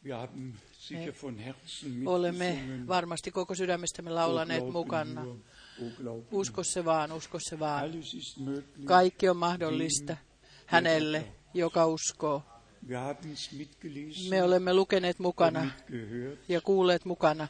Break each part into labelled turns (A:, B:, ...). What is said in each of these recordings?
A: Olemme varmasti koko sydämestämme laulaneet mukana. Usko se vaan, usko se vaan. Kaikki on mahdollista hänelle, joka uskoo. Me olemme lukeneet mukana ja kuulleet mukana.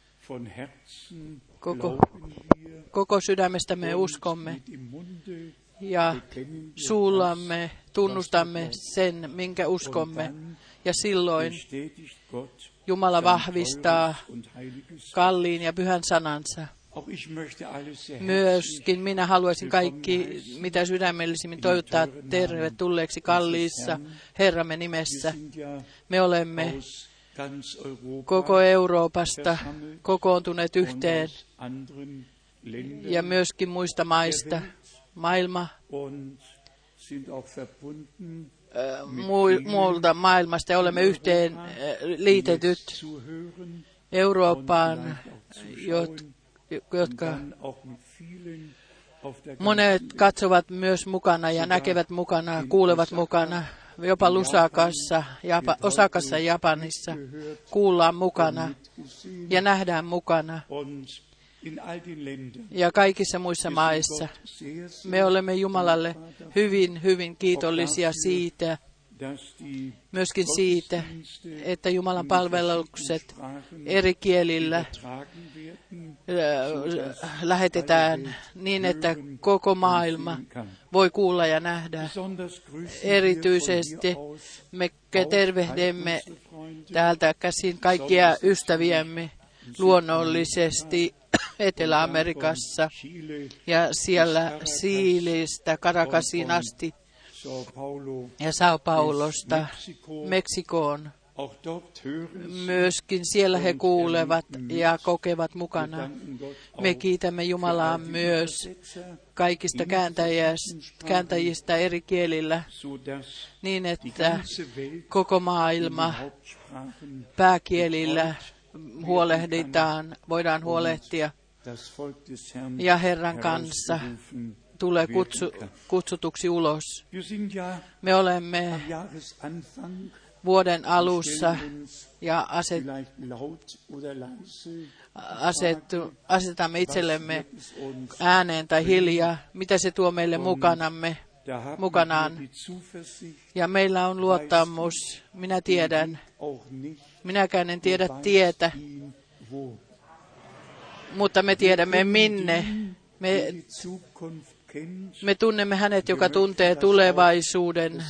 A: Koko sydämestämme uskomme ja suullamme tunnustamme sen, minkä uskomme. Ja silloin Jumala vahvistaa kalliin ja pyhän sanansa. Myöskin minä haluaisin kaikki, mitä sydämellisimmin toivottaa tervetulleeksi kalliissa Herramme nimessä. Me olemme koko Euroopasta kokoontuneet yhteen ja myöskin muista maista. Maailma muulta maailmasta ja olemme yhteen liitetyt Eurooppaan, jotka monet katsovat myös mukana ja näkevät mukana, kuulevat mukana. Jopa Lusakassa, Osakassa Japanissa kuullaan mukana ja nähdään mukana. Ja kaikissa muissa maissa me olemme Jumalalle hyvin, hyvin kiitollisia siitä, myöskin siitä, että Jumalan palvelukset eri kielillä lähetetään niin, että koko maailma voi kuulla ja nähdä. Erityisesti me tervehdimme täältä käsin kaikkia ystäviämme luonnollisesti Etelä-Amerikassa ja siellä Siilistä Caracasiin asti ja Sao Paulosta Meksikoon. Myöskin siellä he kuulevat ja kokevat mukana. Me kiitämme Jumalaa myös kaikista kääntäjistä eri kielillä, niin että koko maailma pääkielillä voidaan huolehtia ja Herran kanssa tulee kutsutuksi ulos. Me olemme vuoden alussa ja asetamme itsellemme ääneen tai hiljaa, mitä se tuo meille mukanaan. Ja meillä on luottamus, minä tiedän, minäkään en tiedä tietä, mutta me tiedämme minne. Me tunnemme hänet, joka tuntee tulevaisuuden.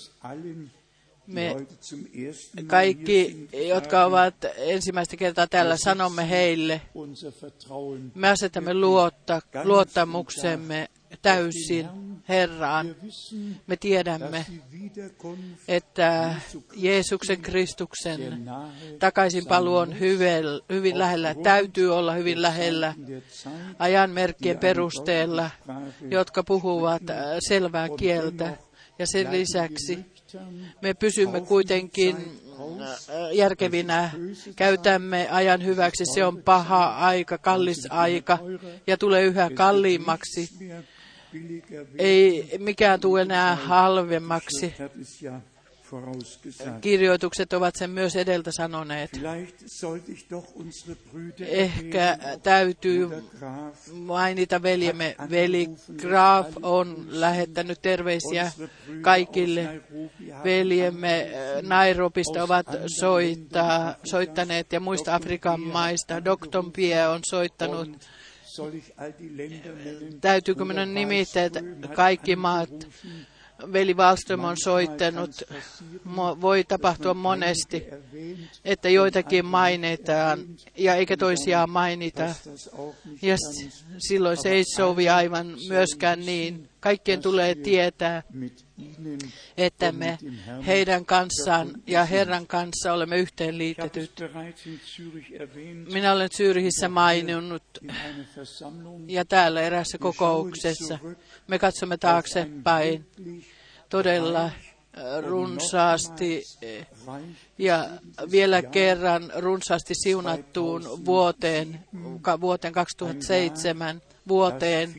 A: Me kaikki, jotka ovat ensimmäistä kertaa täällä, sanomme heille, me asetamme luottamuksemme täysin Herraan. Me tiedämme, että Jeesuksen Kristuksen takaisinpaluu on hyvin lähellä, täytyy olla hyvin lähellä ajanmerkkien perusteella, jotka puhuvat selvää kieltä. Ja sen lisäksi me pysymme kuitenkin järkevinä, käytämme ajan hyväksi. Se on paha aika, kallis aika ja tulee yhä kalliimmaksi. Ei mikään tule enää halvemmaksi. Kirjoitukset ovat sen myös edeltä sanoneet. Ehkä täytyy mainita veljemme. Veli Graf on lähettänyt terveisiä kaikille. Veljemme Nairobista ovat soittaneet ja muista Afrikan maista. Dr. Pie on soittanut. Täytyykö minun nimittää kaikki maat? Veli Wallström on soittanut. Voi tapahtua monesti, että joitakin mainitaan ja eikä toisiaan mainita. Ja silloin se ei sovi aivan myöskään niin. Kaikkien tulee tietää, että me heidän kanssaan ja Herran kanssa olemme yhteenliitetyt. Minä olen Zürichissä maininnut ja täällä eräässä kokouksessa. Me katsomme taaksepäin todella runsaasti ja vielä kerran runsaasti siunattuun vuoteen 2007 vuoteen,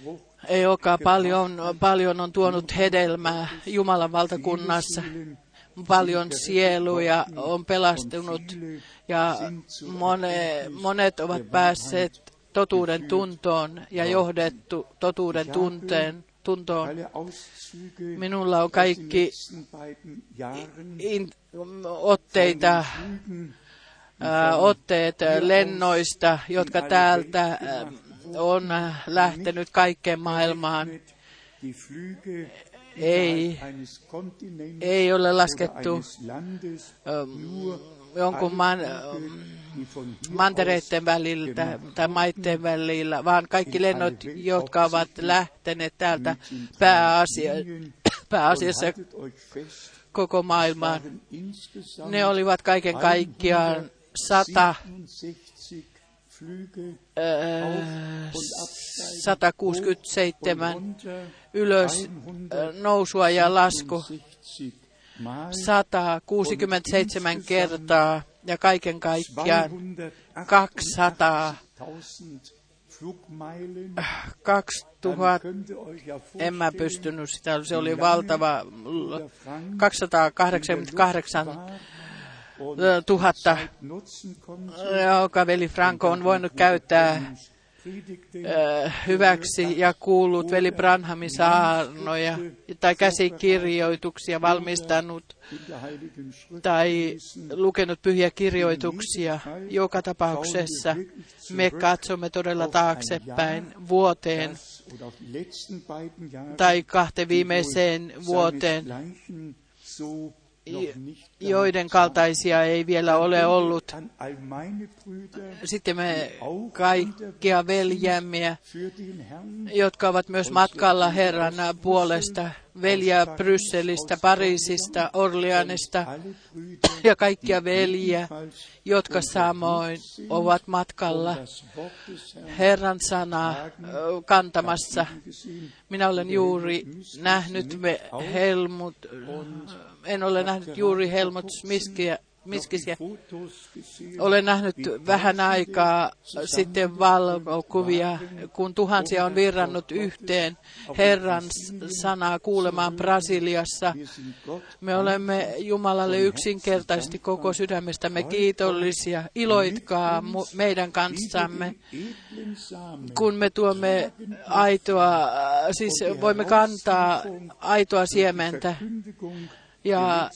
A: joka paljon on tuonut hedelmää Jumalan valtakunnassa. paljon sieluja on pelastunut ja monet ovat päässeet totuuden tuntoon ja johdettu totuuden tuntoon. Minulla on kaikki otteet lennoista, jotka täältä on lähtenyt kaikkeen maailmaan. Ei ole laskettu jonkun mantereiden väliltä tai maiden välillä, vaan kaikki lennot, jotka ovat lähteneet täältä pääasiassa koko maailmaan, ne olivat kaiken kaikkiaan 167 ylös nousua ja lasku 167 kertaa ja kaiken kaikkiaan 2000, en mä pystynyt sitä, se oli valtava, 288 000, joka veli Franco on voinut käyttää hyväksi ja kuullut veli Branhamin saarnoja tai käsikirjoituksia valmistanut tai lukenut pyhiä kirjoituksia. Joka tapauksessa me katsomme todella taaksepäin vuoteen tai 2 viimeiseen vuoteen, joiden kaltaisia ei vielä ole ollut. Sitten me kaikkia veljämiä, jotka ovat myös matkalla Herran puolesta, veljiä Brysselistä, Pariisista, Orleanista ja kaikkia veljiä, jotka samoin ovat matkalla Herran sanaa kantamassa. Minä olen juuri nähnyt en ole nähnyt juuri Helmut Miskisiä. Olen nähnyt vähän aikaa sitten valokuvia, kun tuhansia on virrannut yhteen Herran sanaa kuulemaan Brasiliassa. Me olemme Jumalalle yksinkertaisesti koko sydämestämme kiitollisia. Iloitkaa meidän kanssamme, kun me tuomme aitoa, siis voimme kantaa aitoa siementä. Ja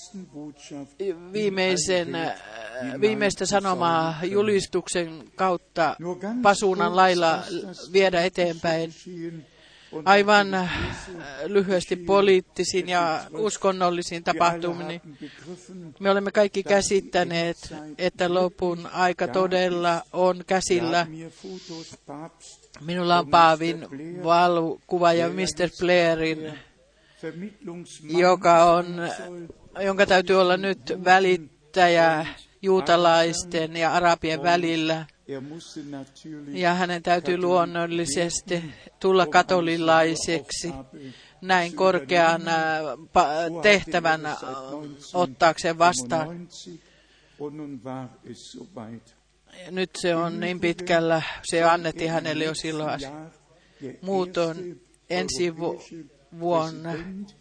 A: viimeistä sanomaa julistuksen kautta pasuunan lailla viedä eteenpäin. Aivan lyhyesti poliittisiin ja uskonnollisiin tapahtumiin. Me olemme kaikki käsittäneet, että lopun aika todella on käsillä. Minulla on Paavin valokuva ja Mr. Blairin, jonka täytyy olla nyt välittäjä juutalaisten ja arabien välillä. Ja hänen täytyy luonnollisesti tulla katolilaiseksi näin korkean tehtävän ottaakseen vastaan. Nyt se on niin pitkällä, se annettiin hänelle jo silloin. Muutoin ensi vuonna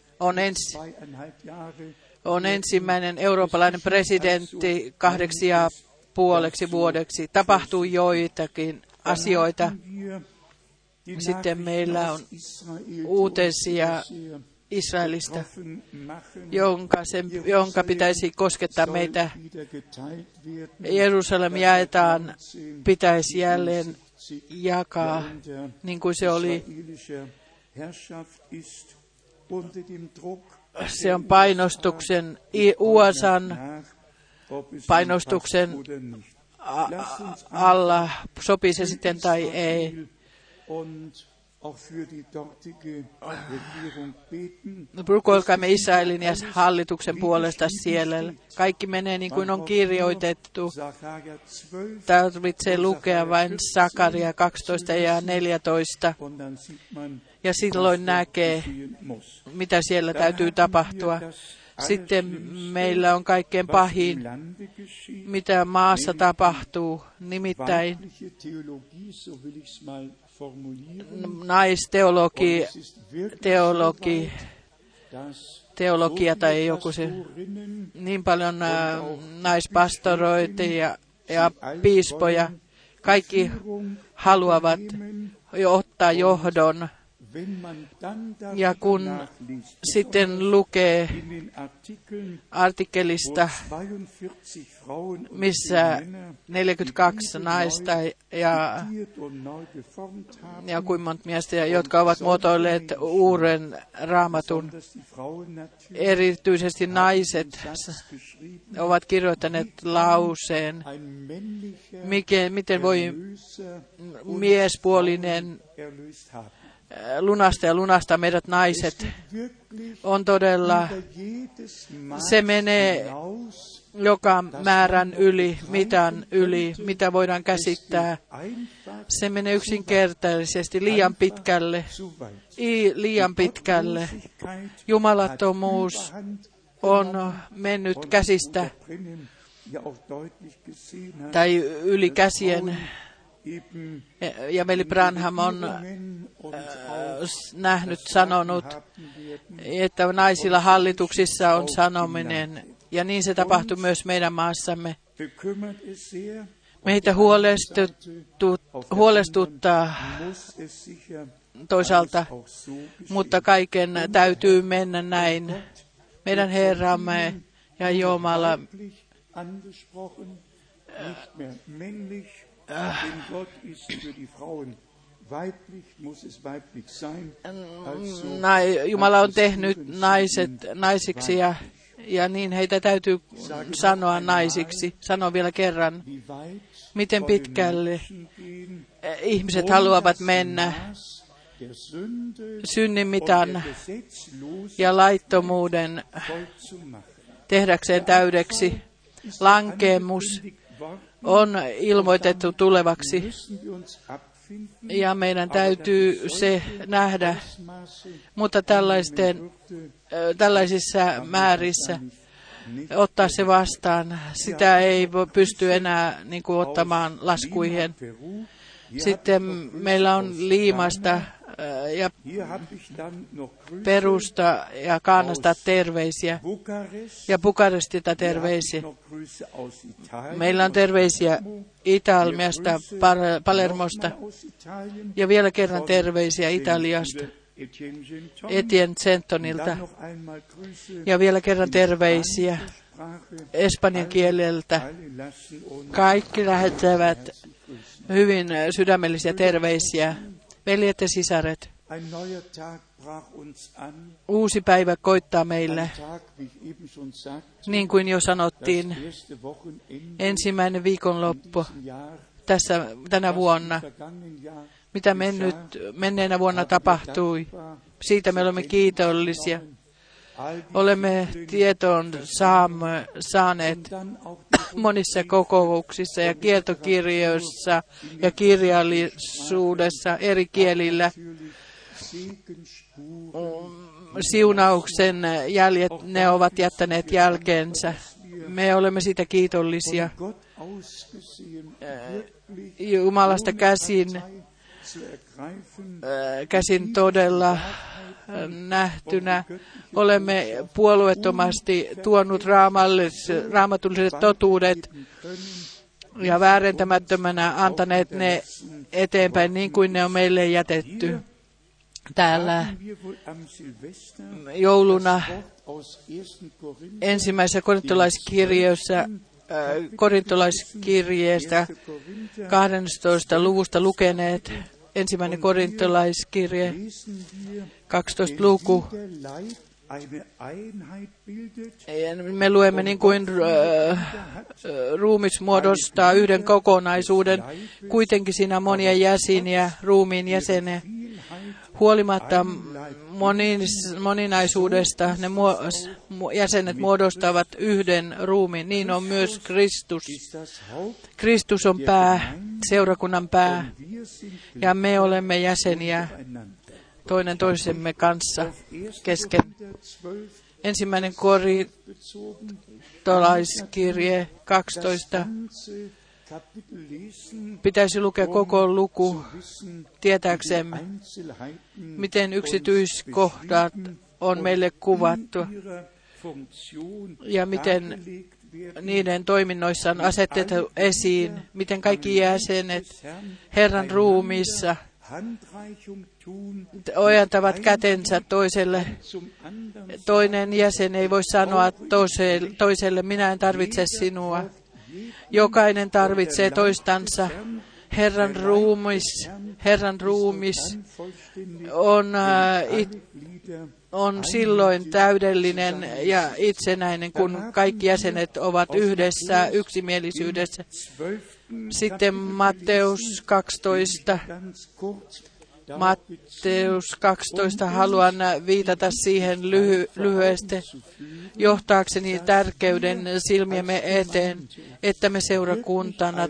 A: on ensimmäinen eurooppalainen presidentti 8,5 vuodeksi. Tapahtuu joitakin asioita. Sitten meillä on uutisia Israelista, jonka pitäisi koskettaa meitä. Jerusalem jaetaan, pitäisi jälleen jakaa, niin kuin se oli. Se on painostuksen, USA:n painostuksen alla, sopii se sitten tai ei. Rukoilkaamme Israelin ja hallituksen puolesta siellä. Kaikki menee niin kuin on kirjoitettu. Tarvitsee lukea vain Sakaria 12 ja 14. Ja silloin näkee, mitä siellä täytyy tapahtua. Sitten meillä on kaikkein pahin, mitä maassa tapahtuu, nimittäin naisteologi, teologia tai joku se. Niin paljon naispastoroita ja piispoja. Kaikki haluavat ottaa johdon. Ja kun sitten lukee artikkelista, missä 42 naista ja kuinka monta miestä, jotka ovat muotoilleet uuden raamatun, erityisesti naiset ovat kirjoittaneet lauseen, miten voi miespuolinen lunastaa meidät naiset, on todella, se menee joka määrän yli, mitan yli, mitä voidaan käsittää. Se menee yksinkertaisesti liian pitkälle. Jumalattomuus on mennyt käsistä tai yli käsien. Ja veli Branham on sanonut, että naisilla hallituksissa on sanominen. Ja niin se tapahtui myös meidän maassamme. Meitä huolestuttaa toisaalta, mutta kaiken täytyy mennä näin. Meidän Herramme ja Jumala Jumala on tehnyt naiset naisiksi ja niin heitä täytyy sanoa naisiksi. Sanon vielä kerran, miten pitkälle ihmiset haluavat mennä synnin mitan ja laittomuuden tehdäkseen täydeksi. Lankeemus on ilmoitettu tulevaksi ja meidän täytyy se nähdä, mutta tällaisissa määrissä ottaa se vastaan. Sitä ei pysty enää niin kuin, ottamaan laskuihin. Sitten meillä on Liimasta ja Perusta ja Kaanasta terveisiä ja Bukarestista terveisiä. Meillä on terveisiä Italiasta, Palermosta ja vielä kerran terveisiä Italiasta, Etienne Centonilta ja vielä kerran terveisiä espanjan kieleltä. Kaikki lähettävät hyvin sydämellisiä terveisiä. Veljet ja sisaret, uusi päivä koittaa meille. Niin kuin jo sanottiin, ensimmäinen viikonloppu tänä vuonna. Mitä menneenä vuonna tapahtui, siitä me olemme kiitollisia. Olemme tietoon saaneet monissa kokouksissa ja kiertokirjoissa ja kirjallisuudessa eri kielillä. Siunauksen jäljet, ne ovat jättäneet jälkeensä. Me olemme siitä kiitollisia. Jumalasta käsin todella nähtynä olemme puolueettomasti tuonut raamatulliset totuudet ja väärentämättömänä antaneet ne eteenpäin niin kuin ne on meille jätetty. Täällä jouluna ensimmäisessä korintolaiskirjeestä 12. luvusta lukeneet. Ensimmäinen korintolaiskirje, 12. luku. Me luemme niin kuin ruumis muodostaa yhden kokonaisuuden, kuitenkin siinä on monia jäseniä, ruumiin jäseniä. Huolimatta moninaisuudesta ne jäsenet muodostavat yhden ruumiin. Niin on myös Kristus. Kristus on pää, seurakunnan pää, ja me olemme jäseniä toinen toisemme kanssa kesken. Ensimmäinen korintolaiskirje 12. Pitäisi lukea koko luku tietääksemme, miten yksityiskohdat on meille kuvattu ja miten niiden toiminnoissa on asetettu esiin, miten kaikki jäsenet Herran ruumiissa ojantavat kätensä toiselle. Toinen jäsen ei voi sanoa toiselle, minä en tarvitse sinua. Jokainen tarvitsee toistansa. Herran ruumis on silloin täydellinen ja itsenäinen, kun kaikki jäsenet ovat yhdessä yksimielisyydessä. Sitten Matteus 12. Haluan viitata siihen lyhyesti johtaakseni tärkeyden silmiemme eteen, että me seurakuntana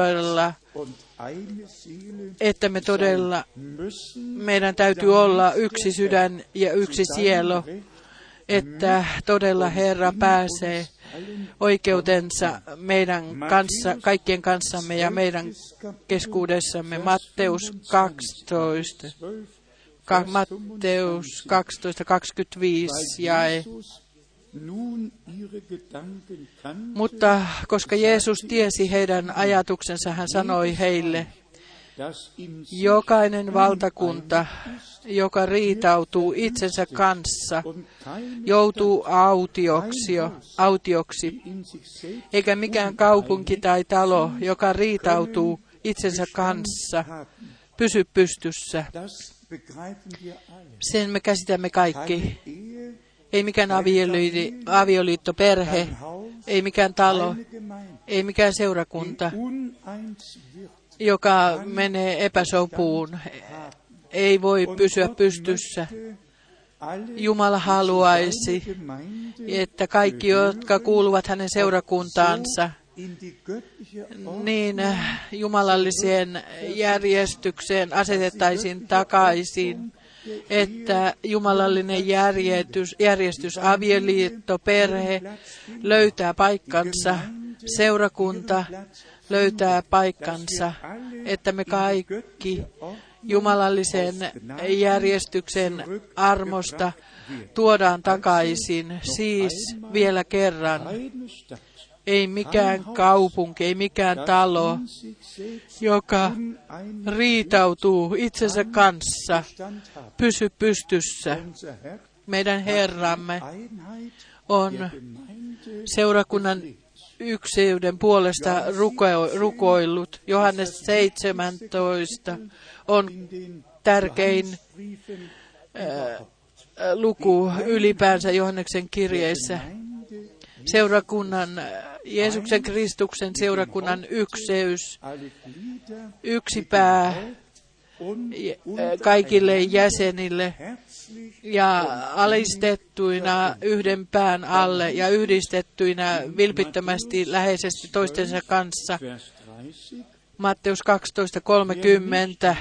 A: meidän täytyy olla yksi sydän ja yksi sielu, että todella Herra pääsee oikeutensa meidän kanssa, kaikkien kanssamme ja meidän keskuudessamme. Matteus 12:25 jae. Mutta koska Jeesus tiesi heidän ajatuksensa, hän sanoi heille, jokainen valtakunta, joka riitautuu itsensä kanssa, joutuu autioksi, eikä mikään kaupunki tai talo, joka riitautuu itsensä kanssa, pysy pystyssä. Sen me käsitämme kaikki. Ei mikään avioliitto, perhe, ei mikään talo, ei mikään seurakunta, joka menee epäsopuun, ei voi pysyä pystyssä. Jumala haluaisi, että kaikki, jotka kuuluvat hänen seurakuntaansa, niin jumalalliseen järjestykseen asetettaisiin takaisin, että jumalallinen järjestys, avioliitto, perhe löytää paikkansa, seurakunta löytää paikkansa, että me kaikki jumalallisen järjestyksen armosta tuodaan takaisin, siis vielä kerran. Ei mikään kaupunki, ei mikään talo, joka riitautuu itsensä kanssa, pysy pystyssä. Meidän Herramme on seurakunnan ykseyden puolesta rukoillut. Johannes 17 on tärkein luku ylipäänsä Johanneksen kirjeissä. Seurakunnan, Jeesuksen Kristuksen seurakunnan ykseys, yksi pää kaikille jäsenille ja alistettuina yhden pään alle ja yhdistettyinä vilpittömästi läheisesti toistensa kanssa. Matteus 12:30.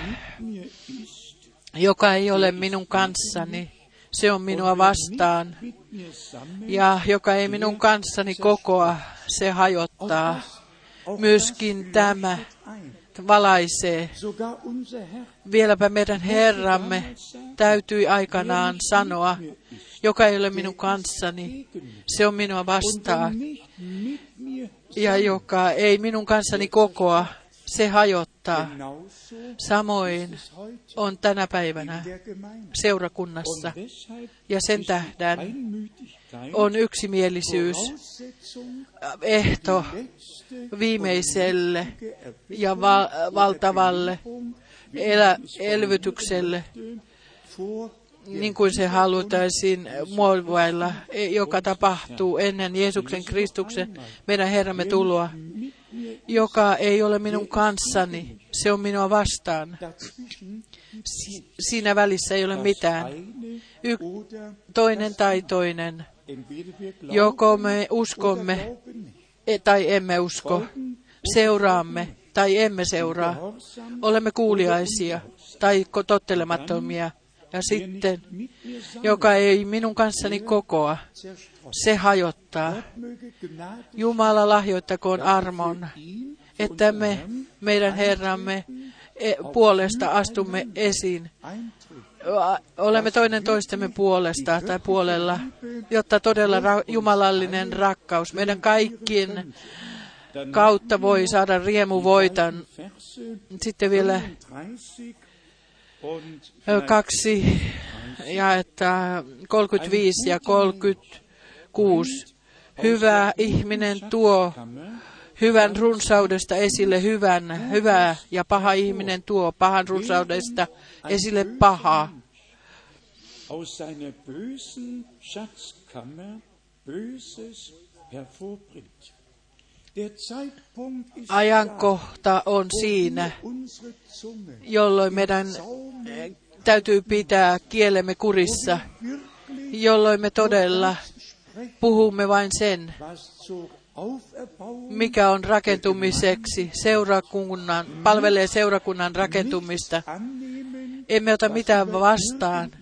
A: Joka ei ole minun kanssani, se on minua vastaan. Ja joka ei minun kanssani kokoa, se hajottaa. Myöskin tämä valaisee. Vieläpä meidän Herramme täytyi aikanaan sanoa, joka ei ole minun kanssani, se on minua vastaan. Ja joka ei minun kanssani kokoa, se hajottaa. Samoin on tänä päivänä seurakunnassa. Ja sen tähden on yksimielisyys ehto viimeiselle ja valtavalle elvytykselle, niin kuin se halutaisiin muovailla, joka tapahtuu ennen Jeesuksen Kristuksen, meidän Herramme tuloa. Joka ei ole minun kanssani, se on minua vastaan. Siinä välissä ei ole mitään. Toinen tai toinen. Joko me uskomme tai emme usko. Seuraamme tai emme seuraa. Olemme kuuliaisia tai tottelemattomia. Ja sitten, joka ei minun kanssani kokoa, se hajottaa. Jumala lahjoittakoon armon, että meidän Herramme puolesta astumme esiin. Olemme toinen toistemme puolesta tai puolella, jotta todella jumalallinen rakkaus meidän kaikkien kautta voi saada riemuvoitan. Sitten vielä 2 jaetta 35 ja 36. Hyvä ihminen tuo hyvän runsaudesta esille hyvää, ja paha ihminen tuo pahan runsaudesta esille pahaa.
B: Aus seiner bösen Schatzkammer Böses hervorbringt. Der Zeitpunkt ist
A: Ajankohta on siinä, jolloin meidän täytyy pitää kielemme kurissa, jolloin me todella puhumme vain sen, mikä on rakentumiseksi, palvelee seurakunnan rakentumista. Emme ota mitään vastaan,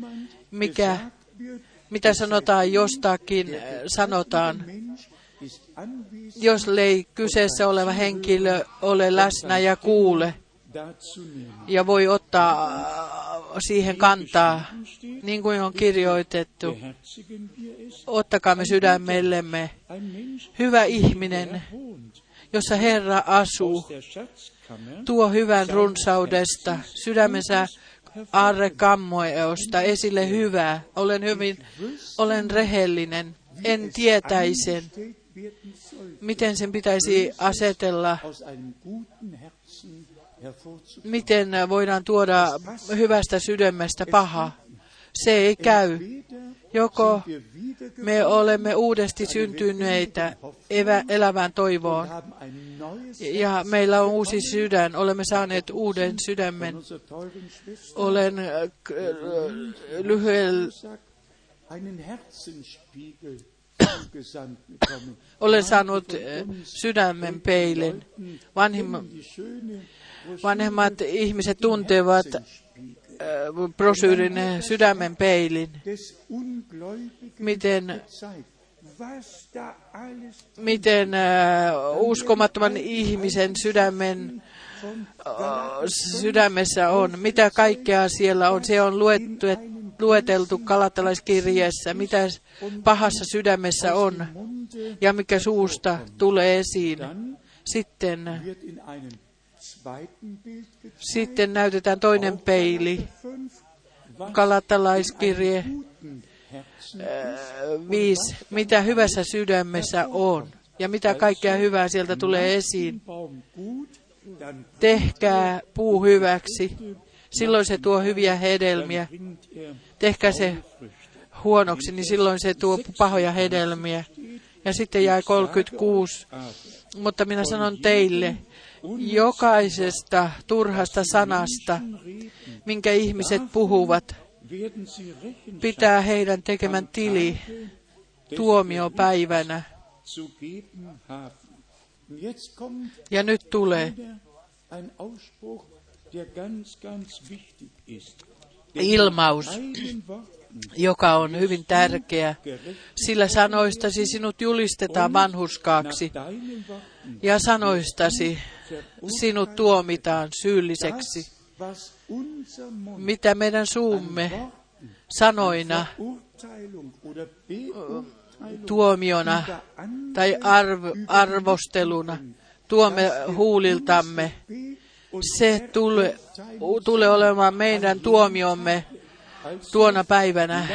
A: mitä sanotaan jostakin sanotaan. Jos ei kyseessä oleva henkilö ole läsnä ja kuule ja voi ottaa siihen kantaa, niin kuin on kirjoitettu, ottakaamme sydämellemme hyvä ihminen, jossa Herra asuu, tuo hyvän runsaudesta, sydämensä aarrekammoeosta esille hyvää. Olen rehellinen, en tietäisen, miten sen pitäisi asetella, miten voidaan tuoda hyvästä sydämestä paha. Se ei käy. Joko me olemme uudesti syntyneitä elävään toivoon, ja meillä on uusi sydän, olemme saaneet uuden sydämen. Olen saanut sydämen peilin. Vanhemmat ihmiset tuntevat brosyyrin sydämen peilin. Miten uskomattoman ihmisen sydämessä on, mitä kaikkea siellä on. Se on lueteltu Galatalaiskirjeessä, mitä pahassa sydämessä on ja mikä suusta tulee esiin. Sitten näytetään toinen peili, Galatalaiskirje 5, mitä hyvässä sydämessä on ja mitä kaikkea hyvää sieltä tulee esiin. Tehkää puu hyväksi, silloin se tuo hyviä hedelmiä. Tehkää se huonoksi, niin silloin se tuo pahoja hedelmiä. Ja sitten jäi 36. Mutta minä sanon teille, jokaisesta turhasta sanasta, minkä ihmiset puhuvat, pitää heidän tekemän tili tuomiopäivänä. Ja nyt tulee ilmaus, joka on hyvin tärkeä, sillä sanoistasi sinut julistetaan vanhurskaaksi ja sanoistasi sinut tuomitaan syylliseksi. Mitä meidän suumme sanoina, tuomiona tai arvosteluna tuomme huuliltamme, se tulee olemaan meidän tuomiomme tuona päivänä.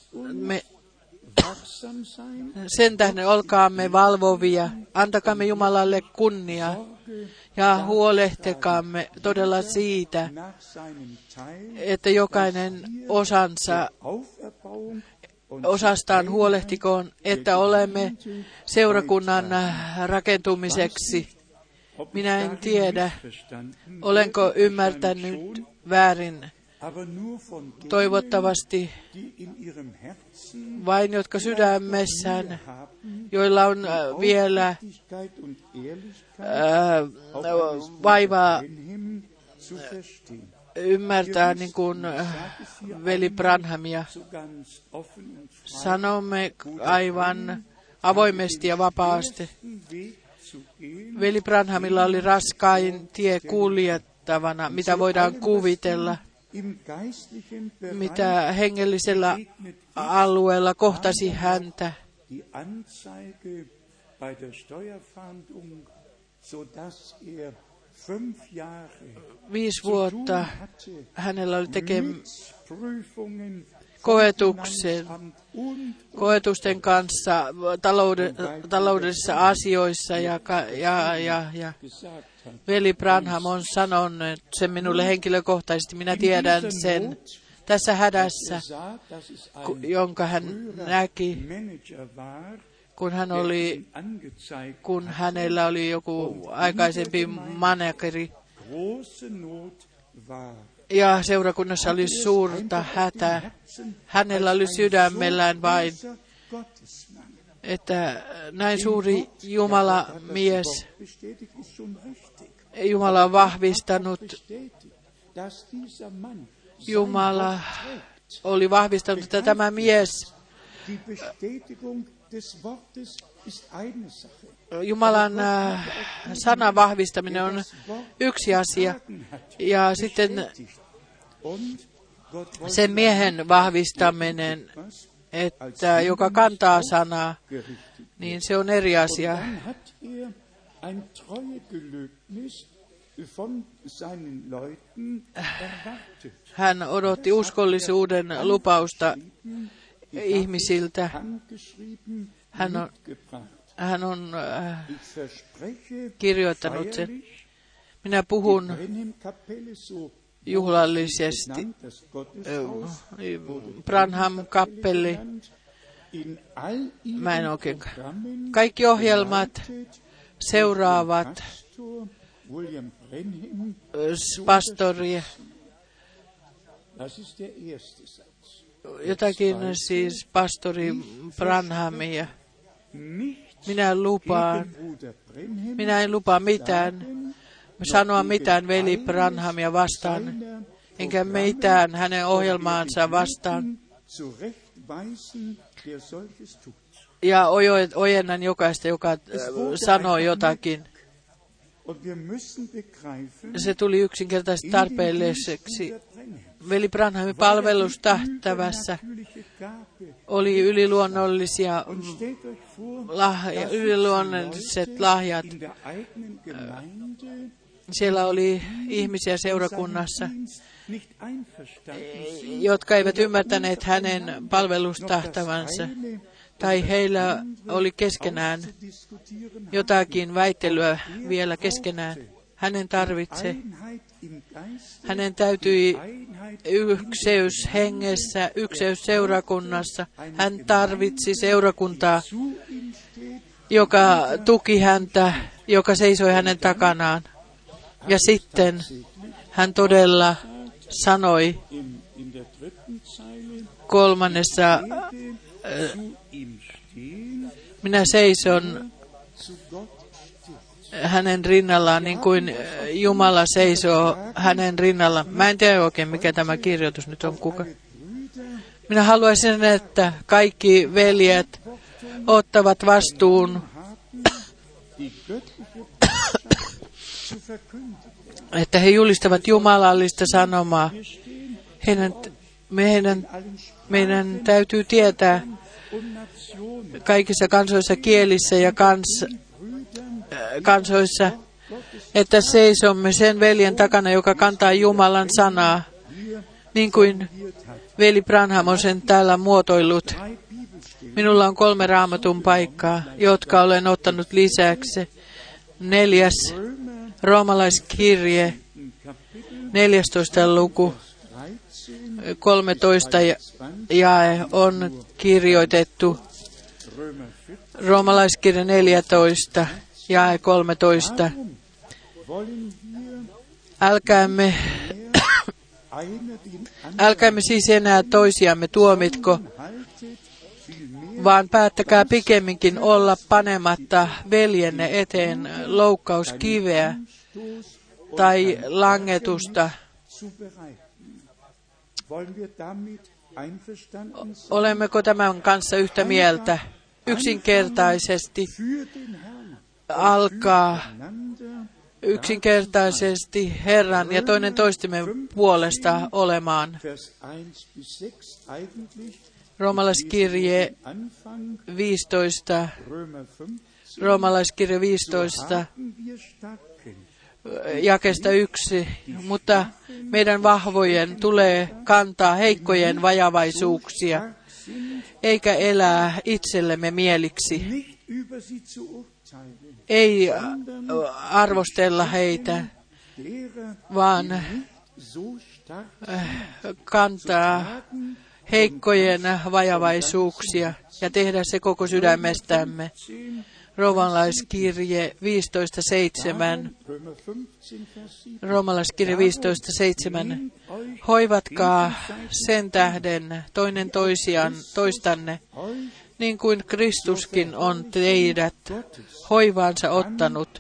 A: Sen tähden olkaamme valvovia, antakaamme Jumalalle kunnia ja huolehtikaamme todella siitä, että jokainen osastaan huolehtikoon, että olemme seurakunnan rakentumiseksi. Minä en tiedä, olenko ymmärtänyt väärin. Toivottavasti vain, jotka sydämessään, joilla on vielä vaivaa ymmärtää niin kuin veli Branhamia. Sanomme aivan avoimesti ja vapaasti. Veli Branhamilla oli raskain tie kuviteltavana, mitä voidaan kuvitella, mitä hengellisellä alueella kohtasi häntä. 5 vuotta hänellä oli koetusten kanssa taloudellisissa asioissa ja veli Branham on sanonut sen minulle henkilökohtaisesti. Minä tiedän sen tässä hädässä, jonka hän näki, kun hänellä oli joku aikaisempi manageri. Ja seurakunnassa oli suurta hätää. Hänellä oli sydämellään vain, että näin suuri Jumalamies, Jumala on vahvistanut, Jumala oli vahvistanut, että tämä mies, Jumalan sanan vahvistaminen on yksi asia, ja sitten sen miehen vahvistaminen, että joka kantaa sanaa, niin se on eri asia. Hän odotti uskollisuuden lupausta ihmisiltä. Hän on kirjoittanut sen. Minä puhun juhlallisesti. Branham-kappeli. Mä en oikein. Kaikki ohjelmat seuraavat pastoria. Jotakin siis pastori Branhamia. Minä en lupaa mitään, sanoa mitään veli Branhamia vastaan, enkä mitään hänen ohjelmaansa vastaan. Ja ojennan jokaista, joka sanoo jotakin. Se tuli yksinkertaisesti tarpeelliseksi. Veli Branhamin palvelustahtävässä oli yliluonnolliset lahjat. Siellä oli ihmisiä seurakunnassa, jotka eivät ymmärtäneet hänen palvelustahtavansa, tai heillä oli keskenään jotakin väittelyä vielä keskenään. Hänen täytyi ykseys hengessä, ykseys seurakunnassa. Hän tarvitsi seurakuntaa, joka tuki häntä, joka seisoi hänen takanaan. Ja sitten hän todella sanoi 3. minä seison hänen rinnallaan, niin kuin Jumala seisoo hänen rinnallaan. Mä en tiedä oikein, mikä tämä kirjoitus nyt on. Minä haluaisin, että kaikki veljet ottavat vastuun, että he julistavat jumalallista sanomaa. Meidän täytyy tietää kaikissa kansoissa, kielissä ja kansoissa, että seisomme sen veljen takana, joka kantaa Jumalan sanaa, niin kuin veli Branham on sen täällä muotoillut. Minulla on 3 raamatun paikkaa, jotka olen ottanut lisäksi. 4. roomalaiskirje, 14. luku, 13 jae on kirjoitettu. Roomalaiskirja 14, jae 13. Älkäämme siis enää toisiamme tuomitko, vaan päättäkää pikemminkin olla panematta veljenne eteen loukkauskiveä tai langetusta. Olemmeko tämän kanssa yhtä mieltä? Yksinkertaisesti alkaa yksinkertaisesti Herran ja toinen toistemme puolesta olemaan. Roomalaiskirje 15, jakeesta 1, mutta meidän vahvojen tulee kantaa heikkojen vajavaisuuksia, eikä elää itsellemme mieliksi. Ei arvostella heitä, vaan kantaa heikkojen vajavaisuuksia ja tehdä se koko sydämestämme. Roomalaiskirje 15.7. Roomalaiskirje 15.7. Hoivatkaa sen tähden toinen toistanne, niin kuin Kristuskin on teidät hoivaansa ottanut.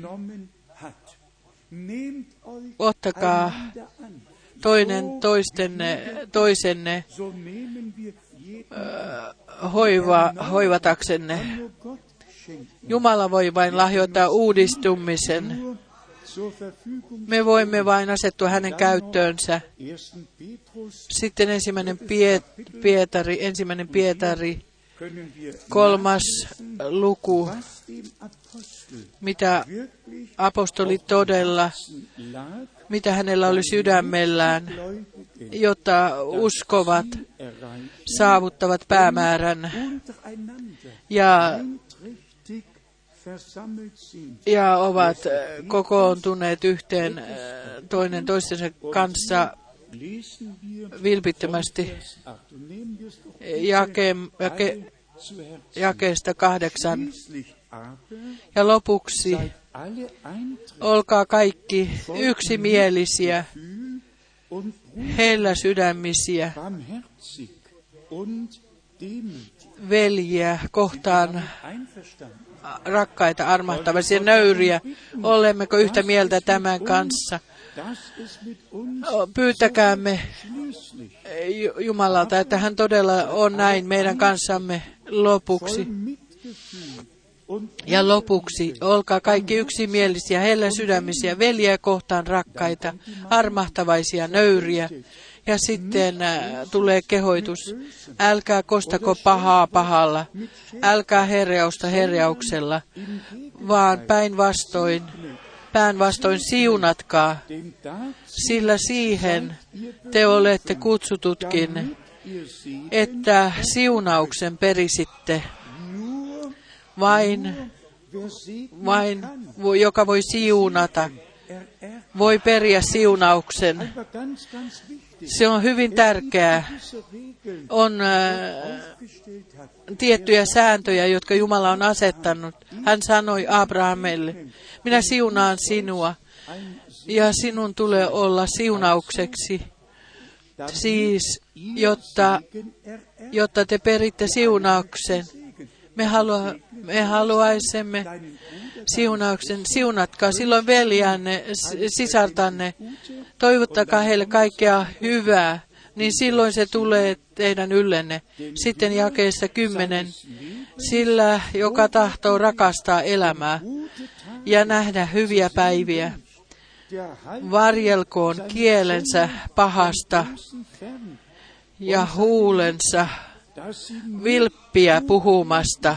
A: Ottakaa toinen toisenne hoivataksenne. Jumala voi vain lahjoittaa uudistumisen. Me voimme vain asettua hänen käyttöönsä. Sitten ensimmäinen Pietari, 3. luku, mitä apostoli todella, mitä hänellä oli sydämellään, jotta uskovat saavuttavat päämäärän ja ovat kokoontuneet yhteen toinen toistensa kanssa vilpittömästi. Jakeesta 8. Ja lopuksi olkaa kaikki yksimielisiä, heillä sydämisiä, veljiä kohtaan rakkaita, armahtavaisia, nöyriä. Olemmeko yhtä mieltä tämän kanssa? Pyytäkäämme Jumalalta, että hän todella on näin meidän kanssamme lopuksi. Ja lopuksi, olkaa kaikki yksimielisiä, heillä sydämisiä, veljiä kohtaan rakkaita, armahtavaisia, nöyriä. Ja sitten tulee kehoitus, älkää kostako pahaa pahalla, älkää herjausta herjauksella, vaan päinvastoin siunatkaa, sillä siihen te olette kutsututkin, että siunauksen perisitte. Vain joka voi siunata, voi periä siunauksen. Se on hyvin tärkeää. On tiettyjä sääntöjä, jotka Jumala on asettanut. Hän sanoi Abrahamille, minä siunaan sinua ja sinun tulee olla siunaukseksi. Siis, jotta te peritte siunauksen. Me haluaisimme siunauksen. Siunatkaa silloin veljänne, sisartanne. Toivottakaa heille kaikkea hyvää, niin silloin se tulee teidän yllenne. Sitten jakeessa 10. Sillä, joka tahtoo rakastaa elämää ja nähdä hyviä päiviä, varjelkoon kielensä pahasta ja huulensa vilppiä puhumasta.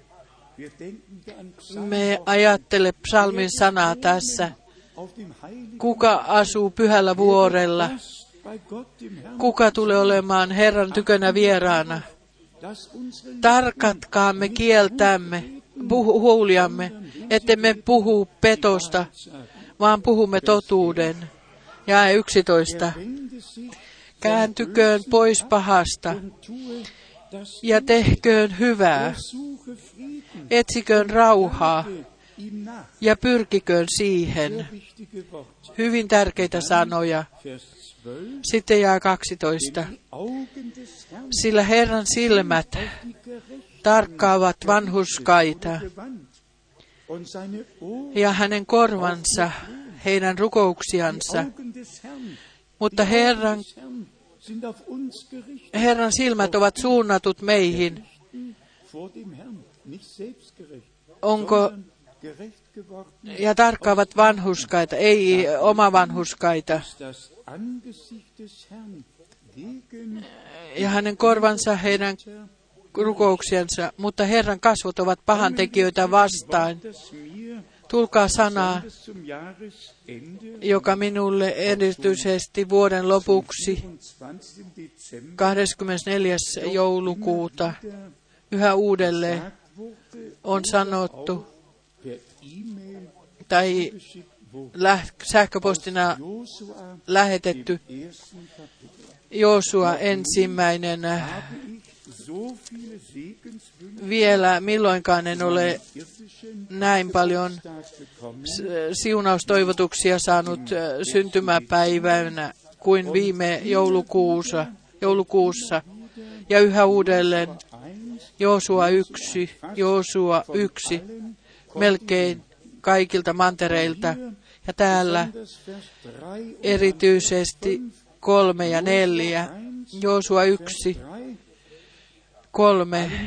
A: Me ajattele psalmin sanaa tässä. Kuka asuu pyhällä vuorella? Kuka tulee olemaan Herran tykönä vieraana? Tarkatkaamme kieltämme, huuliamme, ettemme puhu petosta, vaan puhumme totuuden. Jae 11. Kääntyköön pois pahasta ja tehköön hyvää. Etsiköön rauhaa ja pyrkiköön siihen. Hyvin tärkeitä sanoja. Sitten jää 12. Sillä Herran silmät tarkkaavat vanhurskaita ja hänen korvansa heidän rukouksiansa. Mutta Herran silmät ovat suunnatut meihin. Onko ja tarkkaavat vanhurskaita, ei omavanhurskaita. Ja hänen korvansa heidän rukouksiansa, mutta Herran kasvot ovat pahantekijöitä vastaan. Tulkaa sanaa, joka minulle erityisesti vuoden lopuksi 24. joulukuuta yhä uudelleen on sanottu tai sähköpostina lähetetty. Joosua ensimmäinen. Vielä milloinkaan en ole näin paljon siunaustoivotuksia saanut syntymäpäivänä kuin viime joulukuussa. Ja yhä uudelleen Joosua 1, melkein kaikilta mantereilta. Ja täällä erityisesti 3 ja 4, Joosua 1, 3.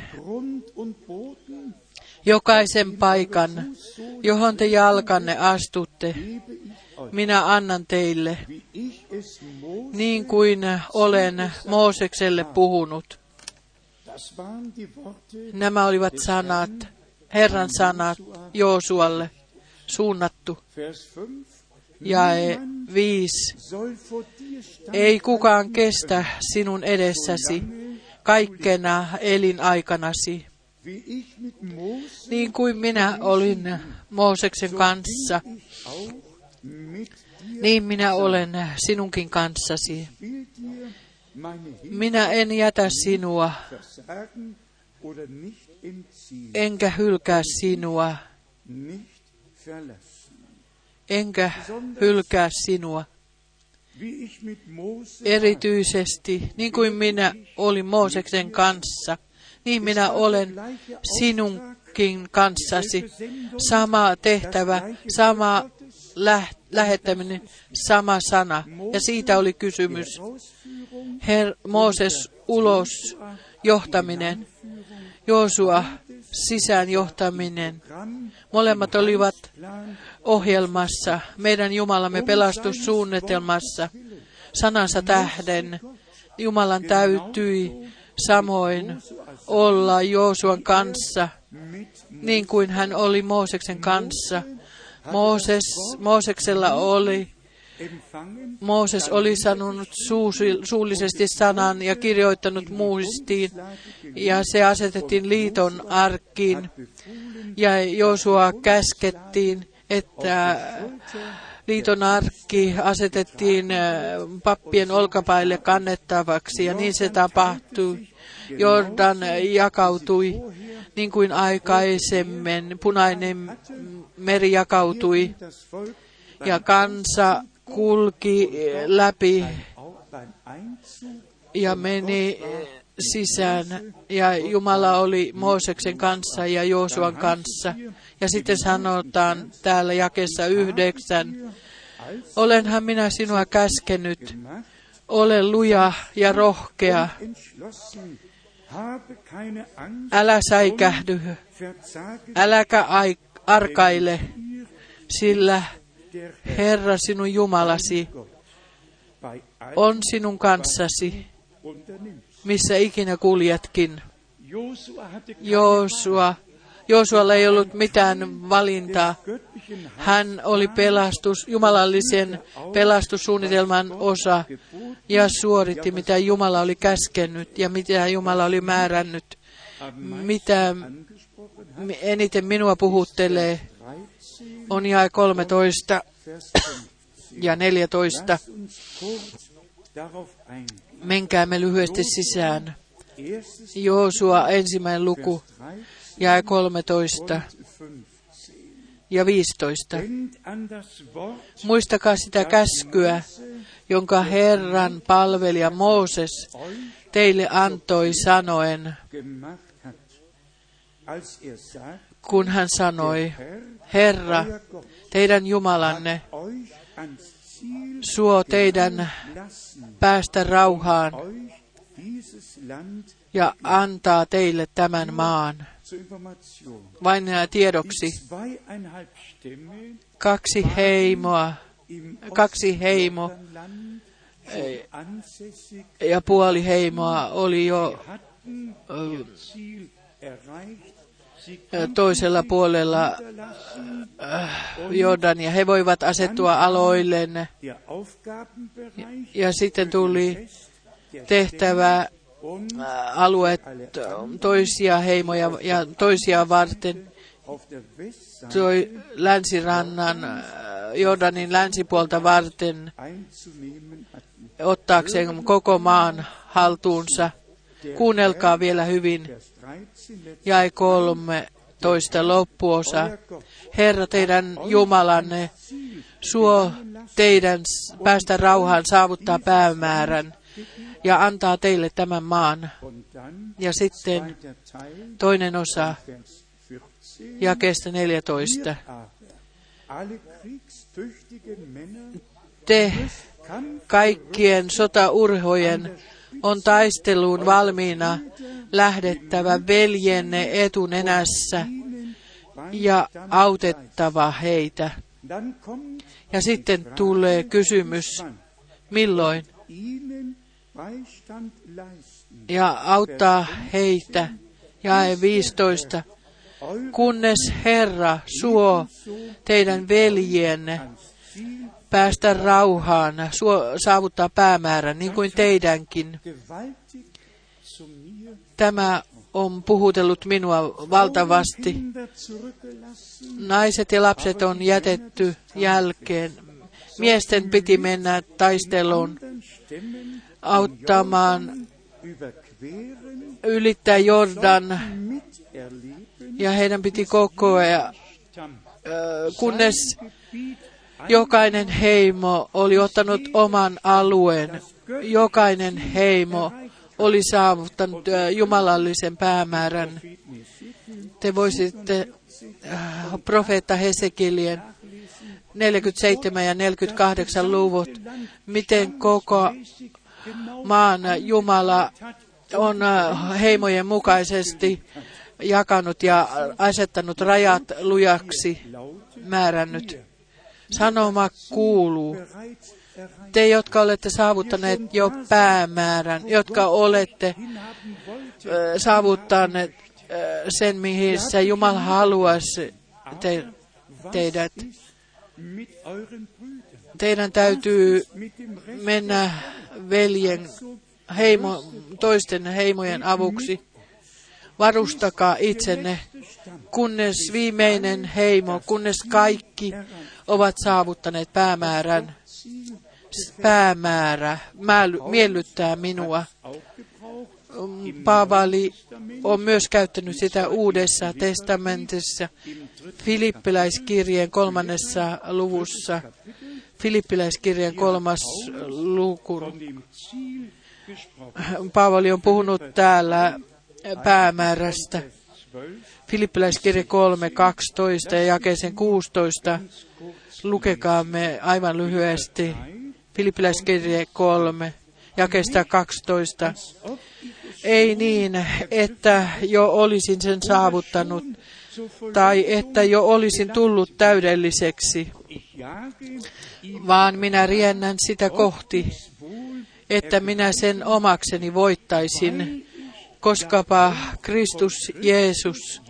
A: Jokaisen paikan, johon te jalkanne astutte, minä annan teille, niin kuin olen Moosekselle puhunut. Nämä olivat sanat, Herran sanat Joosualle suunnattu. Jae 5. Ei kukaan kestä sinun edessäsi kaikkena elinaikanasi, niin kuin minä olin Mooseksen kanssa, niin minä olen sinunkin kanssasi. Minä en jätä sinua, enkä hylkää sinua, enkä hylkää sinua. Erityisesti, niin kuin minä olin Mooseksen kanssa, niin minä olen sinunkin kanssasi. Sama tehtävä, sama lähettäminen, sama sana. Ja siitä oli kysymys. Mooses ulos johtaminen, Joosua sisään johtaminen. Molemmat olivat ohjelmassa, meidän Jumalamme pelastussuunnitelmassa. Sanansa tähden Jumalan täytyi samoin olla Joosuan kanssa, niin kuin hän oli Mooseksen kanssa. Mooses oli sanonut suullisesti sanan ja kirjoittanut muistiin, ja se asetettiin liiton arkkiin, ja Joosua käskettiin, että liiton arkki asetettiin pappien olkapäille kannettavaksi, ja niin se tapahtui. Jordan jakautui, niin kuin aikaisemmin Punainen meri jakautui, ja kansa kulki läpi ja meni sisään, ja Jumala oli Mooseksen kanssa ja Joosuan kanssa. Ja sitten sanotaan täällä jakeessa 9, olenhan minä sinua käskenyt, ole luja ja rohkea, älä säikähdy, äläkä arkaile, sillä Herra sinun Jumalasi on sinun kanssasi, missä ikinä kuljetkin. Joosualla ei ollut mitään valintaa. Hän oli jumalallisen pelastussuunnitelman osa ja suoritti, mitä Jumala oli käskenyt ja mitä Jumala oli määrännyt. Mitä eniten minua puhuttelee, on jae 13 ja 14. Menkäämme lyhyesti sisään. Joosua ensimmäinen luku, jae 13 ja 15. Muistakaa sitä käskyä, jonka Herran palvelija Mooses teille antoi sanoen, kun hän sanoi, Herra, teidän Jumalanne, suo teidän päästä rauhaan ja antaa teille tämän maan. Vain tiedoksi. Kaksi heimo ja puoli heimoa oli jo toisella puolella Jordania. He voivat asettua aloilleen. Ja sitten tuli tehtävä alueet toisia heimoja ja toisia varten. Länsirannan Jordanin länsipuolta varten ottaakseen koko maan haltuunsa. Kuunnelkaa vielä hyvin. Jae 13 loppuosa. Herra teidän Jumalanne suo teidän päästä rauhaan, saavuttaa päämäärän ja antaa teille tämän maan. Ja sitten toinen osa jakeesta 14. Te kaikkien sotaurhojen on taisteluun valmiina lähdettävä veljenne etunenässä ja autettava heitä. Ja sitten tulee kysymys, milloin? Ja auttaa heitä, jae 15, kunnes Herra suo teidän veljenne päästä rauhaan, saavuttaa päämäärän, niin kuin teidänkin. Tämä on puhutellut minua valtavasti. Naiset ja lapset on jätetty jälkeen. Miesten piti mennä taisteluun auttamaan ylittää Jordan, ja heidän piti koko ajan, kunnes jokainen heimo oli ottanut oman alueen. Jokainen heimo oli saavuttanut jumalallisen päämäärän. Te voisitte profeetta Hesekilien 47 ja 48 luvut, miten koko maan Jumala on heimojen mukaisesti jakanut ja asettanut rajat lujaksi määrännyt. Sanoma kuuluu. Te, jotka olette saavuttaneet jo päämäärän, jotka olette saavuttaneet sen, mihin Jumala haluaisi teidät. Teidän täytyy mennä toisten heimojen avuksi. Varustakaa itsenne, kunnes viimeinen heimo, kunnes kaikki ovat saavuttaneet päämäärän. Päämäärä miellyttää minua. Paavali on myös käyttänyt sitä Uudessa testamentissa Filippiläiskirjeen 3. luvussa. Filippiläiskirjeen 3. luku. Paavali on puhunut täällä päämäärästä. Filippiläiskirje 3:12 ja jakeeseen 16. Lukekaamme aivan lyhyesti. Filippiläiskirje 3, jakeesta 12. Ei niin, että jo olisin sen saavuttanut, tai että jo olisin tullut täydelliseksi, vaan minä riennän sitä kohti, että minä sen omakseni voittaisin, koskapa Kristus Jeesus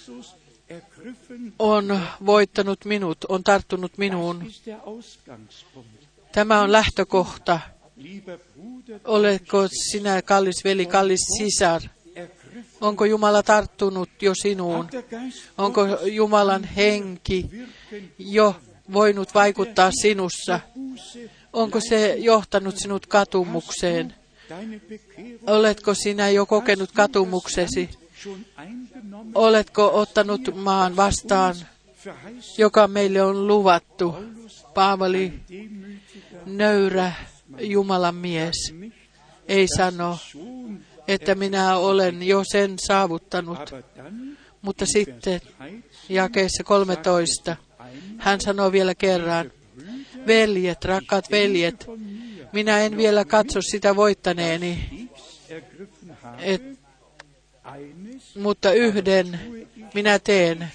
A: on voittanut minut, on tarttunut minuun. Tämä on lähtökohta. Oletko sinä, kallis veli, kallis sisar? Onko Jumala tarttunut jo sinuun? Onko Jumalan henki jo voinut vaikuttaa sinussa? Onko se johtanut sinut katumukseen? Oletko sinä jo kokenut katumuksesi? Oletko ottanut maan vastaan, joka meille on luvattu? Paavali, nöyrä Jumalan mies, ei sano, että minä olen jo sen saavuttanut. Mutta sitten jakeessa 13 hän sanoo vielä kerran, veljet, rakkaat veljet, minä en vielä katso sitä voittaneeni, mutta yhden minä teen.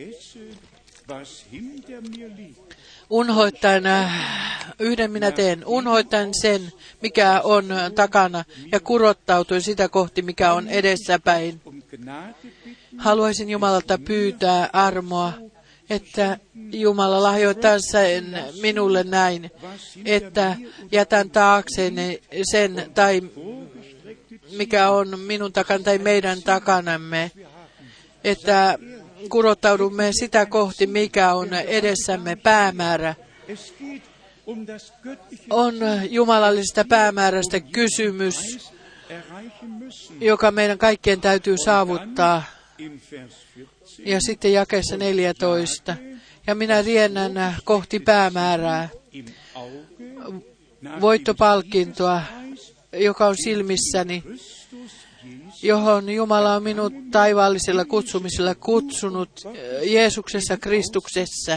A: Yhden minä teen, unhoitan sen, mikä on takana, ja kurottautuen sitä kohti, mikä on edessäpäin. Haluaisin Jumalalta pyytää armoa, että Jumala lahjoittaa sen minulle näin, että jätän taakseni sen, tai mikä on minun takana tai meidän takanamme, että kurottaudumme sitä kohti, mikä on edessämme päämäärä. On jumalallisesta päämäärästä kysymys, joka meidän kaikkien täytyy saavuttaa. Ja sitten jakeessa 14. Ja minä riennän kohti päämäärää, voittopalkintoa, joka on silmissäni, johon Jumala on minut taivaallisella kutsumisella kutsunut Jeesuksessa Kristuksessa.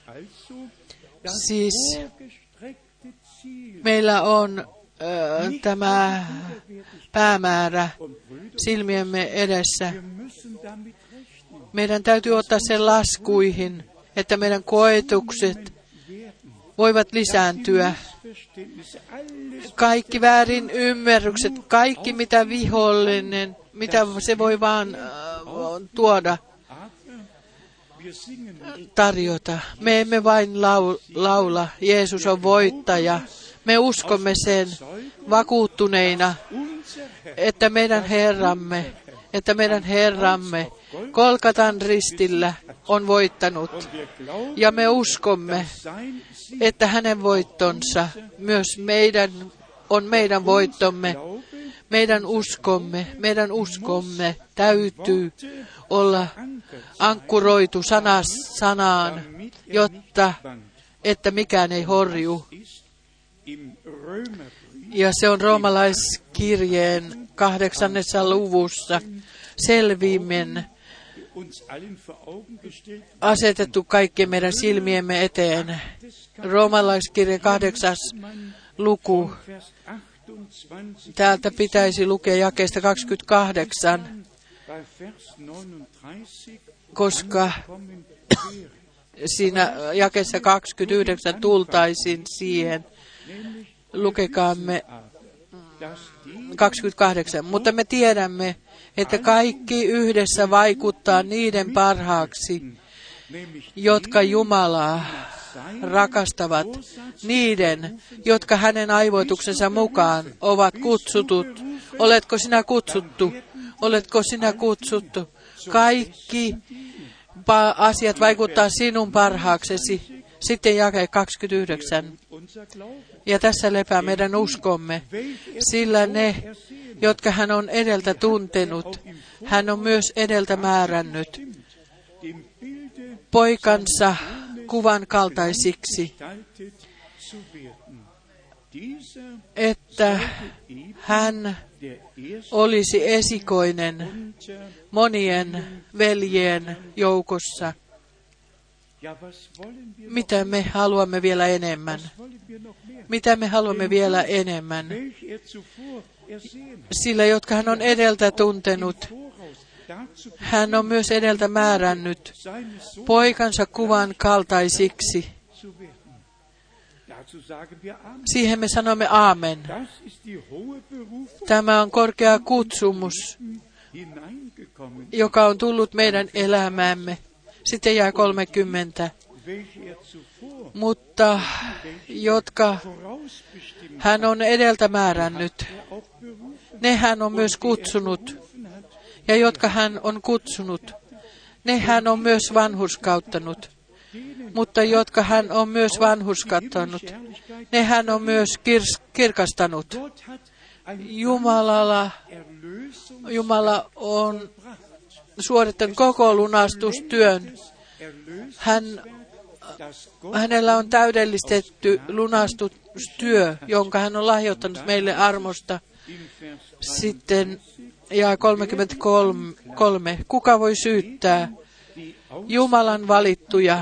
A: Siis meillä on tämä päämäärä silmiemme edessä. Meidän täytyy ottaa sen laskuihin, että meidän koetukset voivat lisääntyä. Kaikki väärin ymmärrykset, kaikki mitä vihollinen, mitä se voi vaan tuoda, tarjota. Me emme vain laula, Jeesus on voittaja. Me uskomme sen vakuuttuneina, että meidän Herramme Golgatan ristillä on voittanut. Ja me uskomme, että hänen voittonsa myös on meidän voittomme. Meidän uskomme täytyy olla ankkuroitu sanaan, jotta että mikään ei horju. Ja se on roomalaiskirjeen 8. luvussa selvimmin asetettu kaikkien meidän silmiemme eteen. Roomalaiskirjeen 8. luku. Täältä pitäisi lukea jakeesta 28, koska siinä jakeessa 29 tultaisiin siihen. Lukekaamme 28. Mutta me tiedämme, että kaikki yhdessä vaikuttaa niiden parhaaksi, jotka Jumalaa rakastavat, niiden, jotka hänen aivoituksensa mukaan ovat kutsutut. Oletko sinä kutsuttu? Oletko sinä kutsuttu? Kaikki asiat vaikuttaa sinun parhaaksesi. Sitten jake 29. Ja tässä lepää meidän uskomme, sillä ne, jotka hän on edeltä tuntenut, hän on myös edeltä määrännyt poikansa kuvan kaltaisiksi, että hän olisi esikoinen monien veljien joukossa. Mitä me haluamme vielä enemmän? Mitä me haluamme vielä enemmän? Sillä, jotka hän on edeltä tuntenut, hän on myös edeltä määrännyt poikansa kuvan kaltaisiksi. Siihen me sanomme aamen. Tämä on korkea kutsumus, joka on tullut meidän elämäämme. Sitten jää 30. Mutta jotka hän on edeltä määrännyt, ne hän on myös kutsunut. Ja jotka hän on kutsunut, ne hän on myös vanhurskauttanut. Mutta jotka hän on myös vanhurskauttanut, ne hän on myös kirkastanut. Jumala on suorittanut koko lunastustyön. Hänellä on täydellistetty lunastustyö, jonka hän on lahjoittanut meille armosta. Sitten ja 33. Kuka voi syyttää Jumalan valittuja?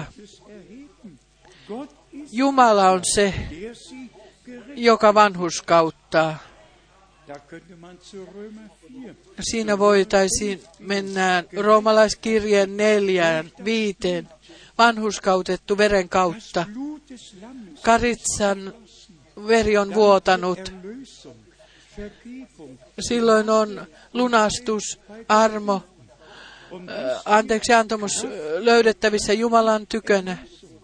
A: Jumala on se, joka vanhurskauttaa. Siinä voitaisiin mennä roomalaiskirjeen 4:5. Vanhurskautettu veren kautta. Karitsan veri on vuotanut. Silloin on lunastus, armo, anteeksiantamus löydettävissä Jumalan tykönä.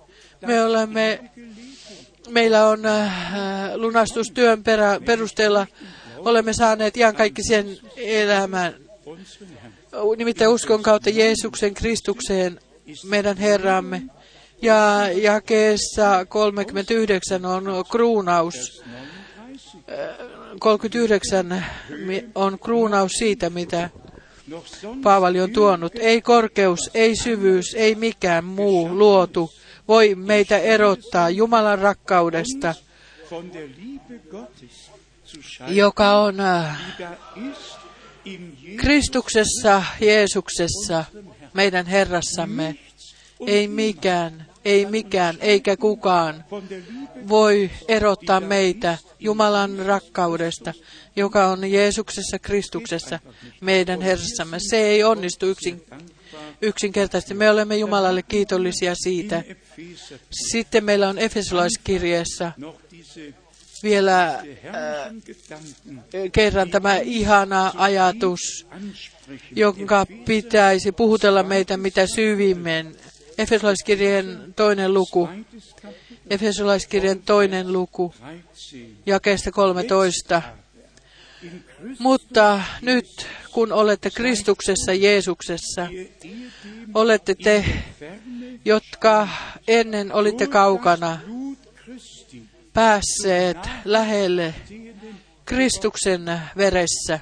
A: Meillä on lunastustyön perusteella olemme saaneet iankaikkisen elämän. Nimittäin uskon kautta Jeesuksen Kristukseen, meidän Herramme. Ja jakeessa 39 on kruunaus. 39 on kruunaus siitä, mitä Paavali on tuonut. Ei korkeus, ei syvyys, ei mikään muu luotu voi meitä erottaa Jumalan rakkaudesta, joka on Kristuksessa, Jeesuksessa, meidän Herrassamme. Ei mikään, eikä kukaan voi erottaa meitä Jumalan rakkaudesta, joka on Jeesuksessa, Kristuksessa, meidän Herrassamme. Se ei onnistu yksinkertaisesti. Me olemme Jumalalle kiitollisia siitä. Sitten meillä on Efesolaiskirjeessä vielä kerran tämä ihana ajatus, jonka pitäisi puhutella meitä mitä syvimmin. Efesolaiskirjeen 2. luku. Efesolaiskirjeen 2. luku, jakeesta 13. Mutta nyt, kun olette Kristuksessa, Jeesuksessa, olette te, jotka ennen olitte kaukana, päässeet lähelle Kristuksen veressä.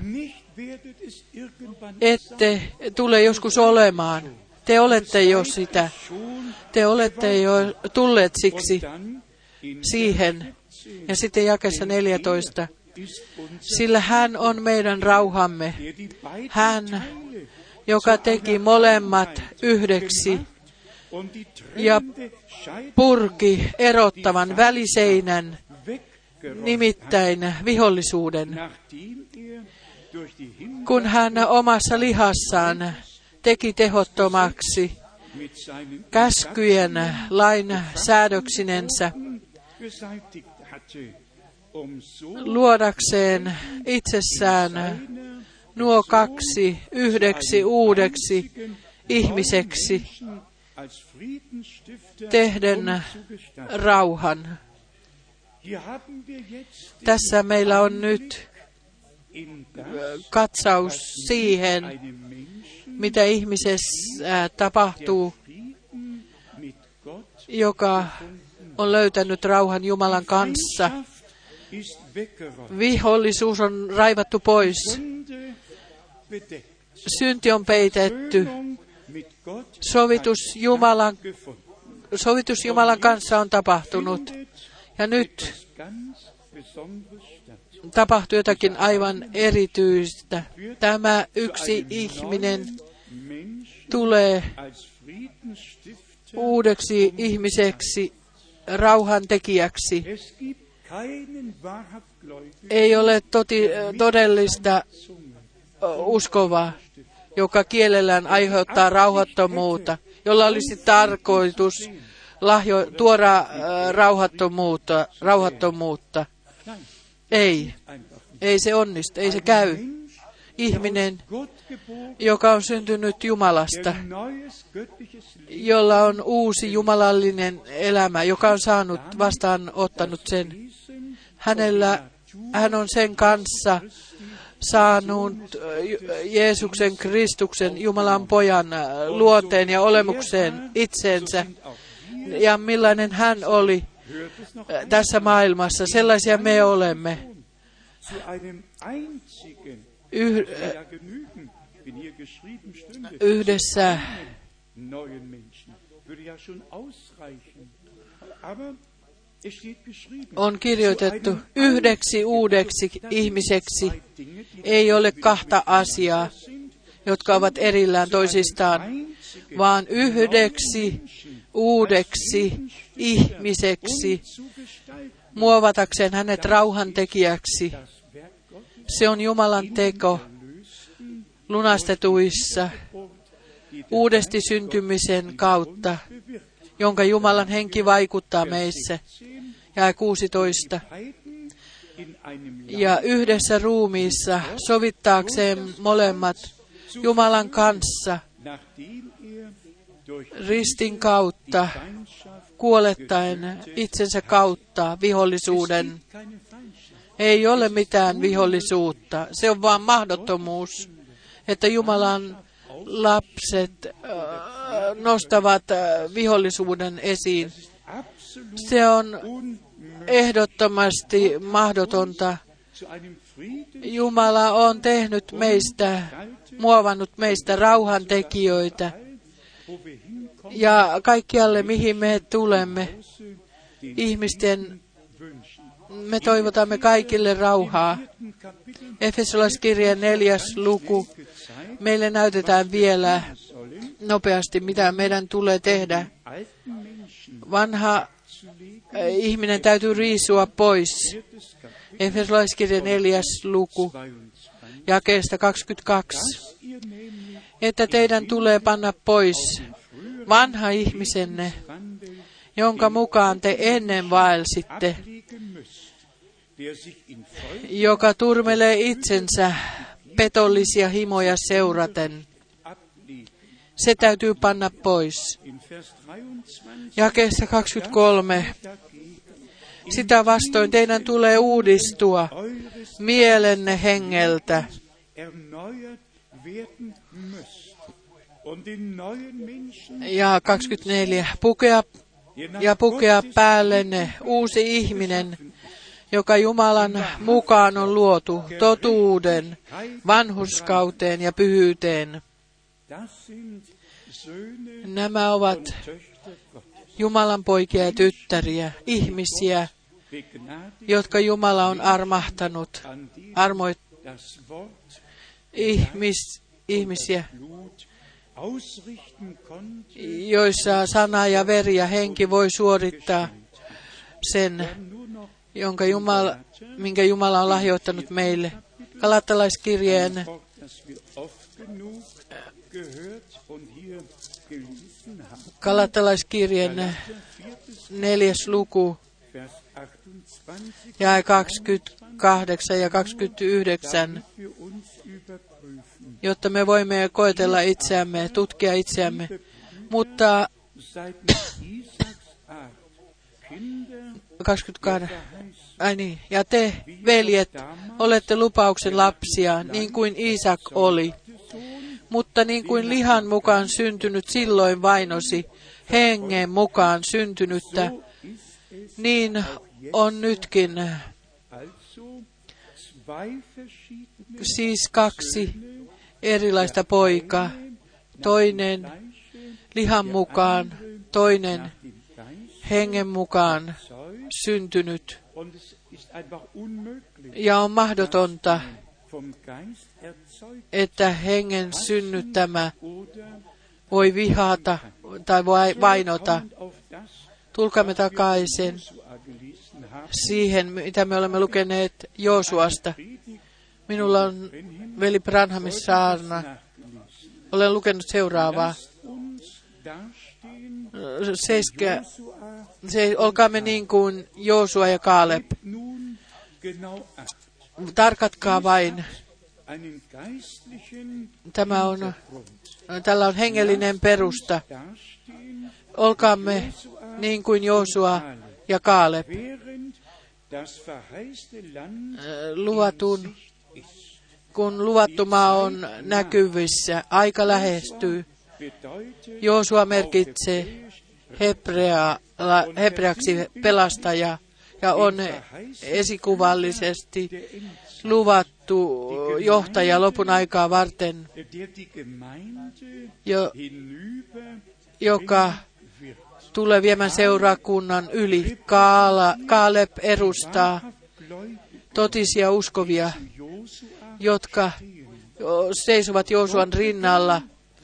A: Ette tule joskus olemaan. Te olette jo sitä. Te olette jo tulleet siksi siihen. Ja sitten jakeessa 14. Sillä hän on meidän rauhamme. Hän, joka teki molemmat yhdeksi ja purki erottavan väliseinän, nimittäin vihollisuuden, kun hän omassa lihassaan teki tehottomaksi käskyjen lain säädöksinensä luodakseen itsessään nuo kaksi yhdeksi uudeksi ihmiseksi tehden rauhan. Tässä meillä on nyt katsaus siihen, mitä ihmisessä tapahtuu, joka on löytänyt rauhan Jumalan kanssa. Vihollisuus on raivattu pois. Synti on peitetty. Sovitus Jumalan kanssa on tapahtunut. Ja nyt tapahtuu jotakin aivan erityistä. Tämä yksi ihminen tulee uudeksi ihmiseksi, rauhantekijäksi. Ei ole todellista uskovaa, joka kielellään aiheuttaa rauhattomuutta, jolla olisi tarkoitus tuoda rauhattomuutta. Ei se onnistu, ei se käy. Ihminen, joka on syntynyt Jumalasta, jolla on uusi jumalallinen elämä, joka on vastaanottanut sen. Hän on sen kanssa saanut Jeesuksen Kristuksen, Jumalan pojan luonteen ja olemukseen itseensä. Ja millainen hän oli tässä maailmassa, sellaisia me olemme. Yhdessä on kirjoitettu yhdeksi uudeksi ihmiseksi. Ei ole kahta asiaa, jotka ovat erillään toisistaan, vaan yhdeksi uudeksi ihmiseksi muovatakseen hänet rauhantekijäksi. Se on Jumalan teko lunastetuissa uudesti syntymisen kautta, jonka Jumalan henki vaikuttaa meissä. Jae 16. Ja yhdessä ruumiissa sovittaakseen molemmat Jumalan kanssa ristin kautta, kuolettaen itsensä kautta vihollisuuden. Ei ole mitään vihollisuutta. Se on vain mahdottomuus, että Jumalan lapset nostavat vihollisuuden esiin. Se on ehdottomasti mahdotonta. Jumala on tehnyt meistä, muovannut meistä rauhantekijöitä. Ja kaikkialle, mihin me tulemme, ihmisten, me toivotamme kaikille rauhaa. Efesolaiskirjeen 4. luku. Meille näytetään vielä nopeasti, mitä meidän tulee tehdä. Vanha ihminen täytyy riisua pois. Efesolaiskirjeen 4. luku, jakeesta 22. Että teidän tulee panna pois vanha ihmisenne, jonka mukaan te ennen vaelsitte, joka turmelee itsensä petollisia himoja seuraten. Se täytyy panna pois. Jakeessa 23. Sitä vastoin teidän tulee uudistua mielenne hengeltä. Ja 24. Pukea päällenne uusi ihminen, joka Jumalan mukaan on luotu totuuden, vanhurskauteen ja pyhyyteen. Nämä ovat Jumalan poikia ja tyttäriä, ihmisiä, jotka Jumala on armahtanut, ihmisiä, joissa sana ja veri ja henki voi suorittaa sen, minkä Jumala on lahjoittanut meille. Galattalaiskirjeen 4. luku, jae 28 ja 29, jotta me voimme koetella itseämme, tutkia itseämme. Mutta 28, ja te, veljet, olette lupauksen lapsia, niin kuin Iisak oli. Mutta niin kuin lihan mukaan syntynyt silloin vainosi hengen mukaan syntynyttä, niin on nytkin. Siis 2 erilaista poikaa, toinen lihan mukaan, toinen hengen mukaan syntynyt. Ja on mahdotonta, että hengen synnyttämä voi vihata tai voi vainota. Tulkaamme takaisin siihen, mitä me olemme lukeneet Joosuasta. Minulla on veli Branhamin saarna. Olen lukenut seuraavaa. Olkaamme niin kuin Joosua ja Kaaleb. Tarkatkaa vain. Tällä on hengellinen perusta. Olkaamme niin kuin Joosua ja Kaaleb. Kun luvattu maa on näkyvissä, aika lähestyy. Joosua merkitsee hebreaksi pelastaja ja on esikuvallisesti luvattu johtaja lopun aikaa varten, joka tulee viemään seurakunnan yli. Kaaleb edustaa totisia uskovia, jotka seisovat Joosuan rinnalla.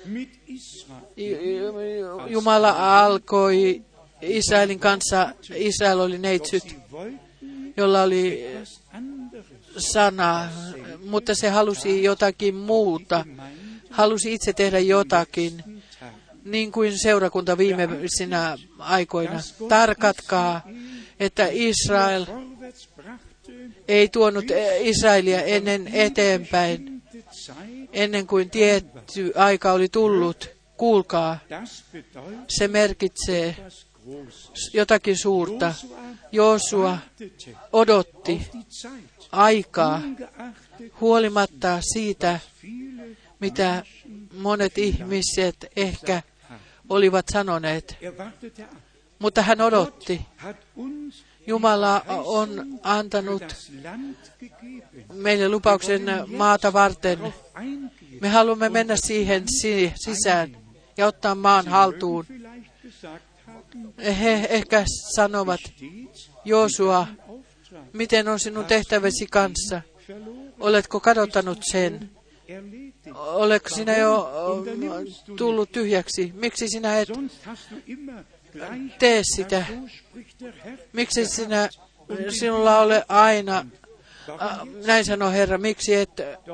A: Jumala alkoi Israelin kanssa. Israel oli neitsyt, jolla oli sana, mutta se halusi jotakin muuta. Halusi itse tehdä jotakin, niin kuin seurakunta viimeisinä aikoina. Tarkatkaa, että Israel ei tuonut Israelia ennen eteenpäin, ennen kuin tietty aika oli tullut. Kuulkaa, se merkitsee jotakin suurta. Joosua odotti aikaa, huolimatta siitä, mitä monet ihmiset ehkä olivat sanoneet. Mutta hän odotti. Jumala on antanut meille lupauksen maata varten. Me haluamme mennä siihen sisään ja ottaa maan haltuun. He ehkä sanovat, Joosua, miten on sinun tehtäväsi kanssa? Oletko kadottanut sen? Oletko sinä jo tullut tyhjäksi? Miksi sinä et tee sitä? Miksi sinulla ole aina, näin sanoo Herra, miksi et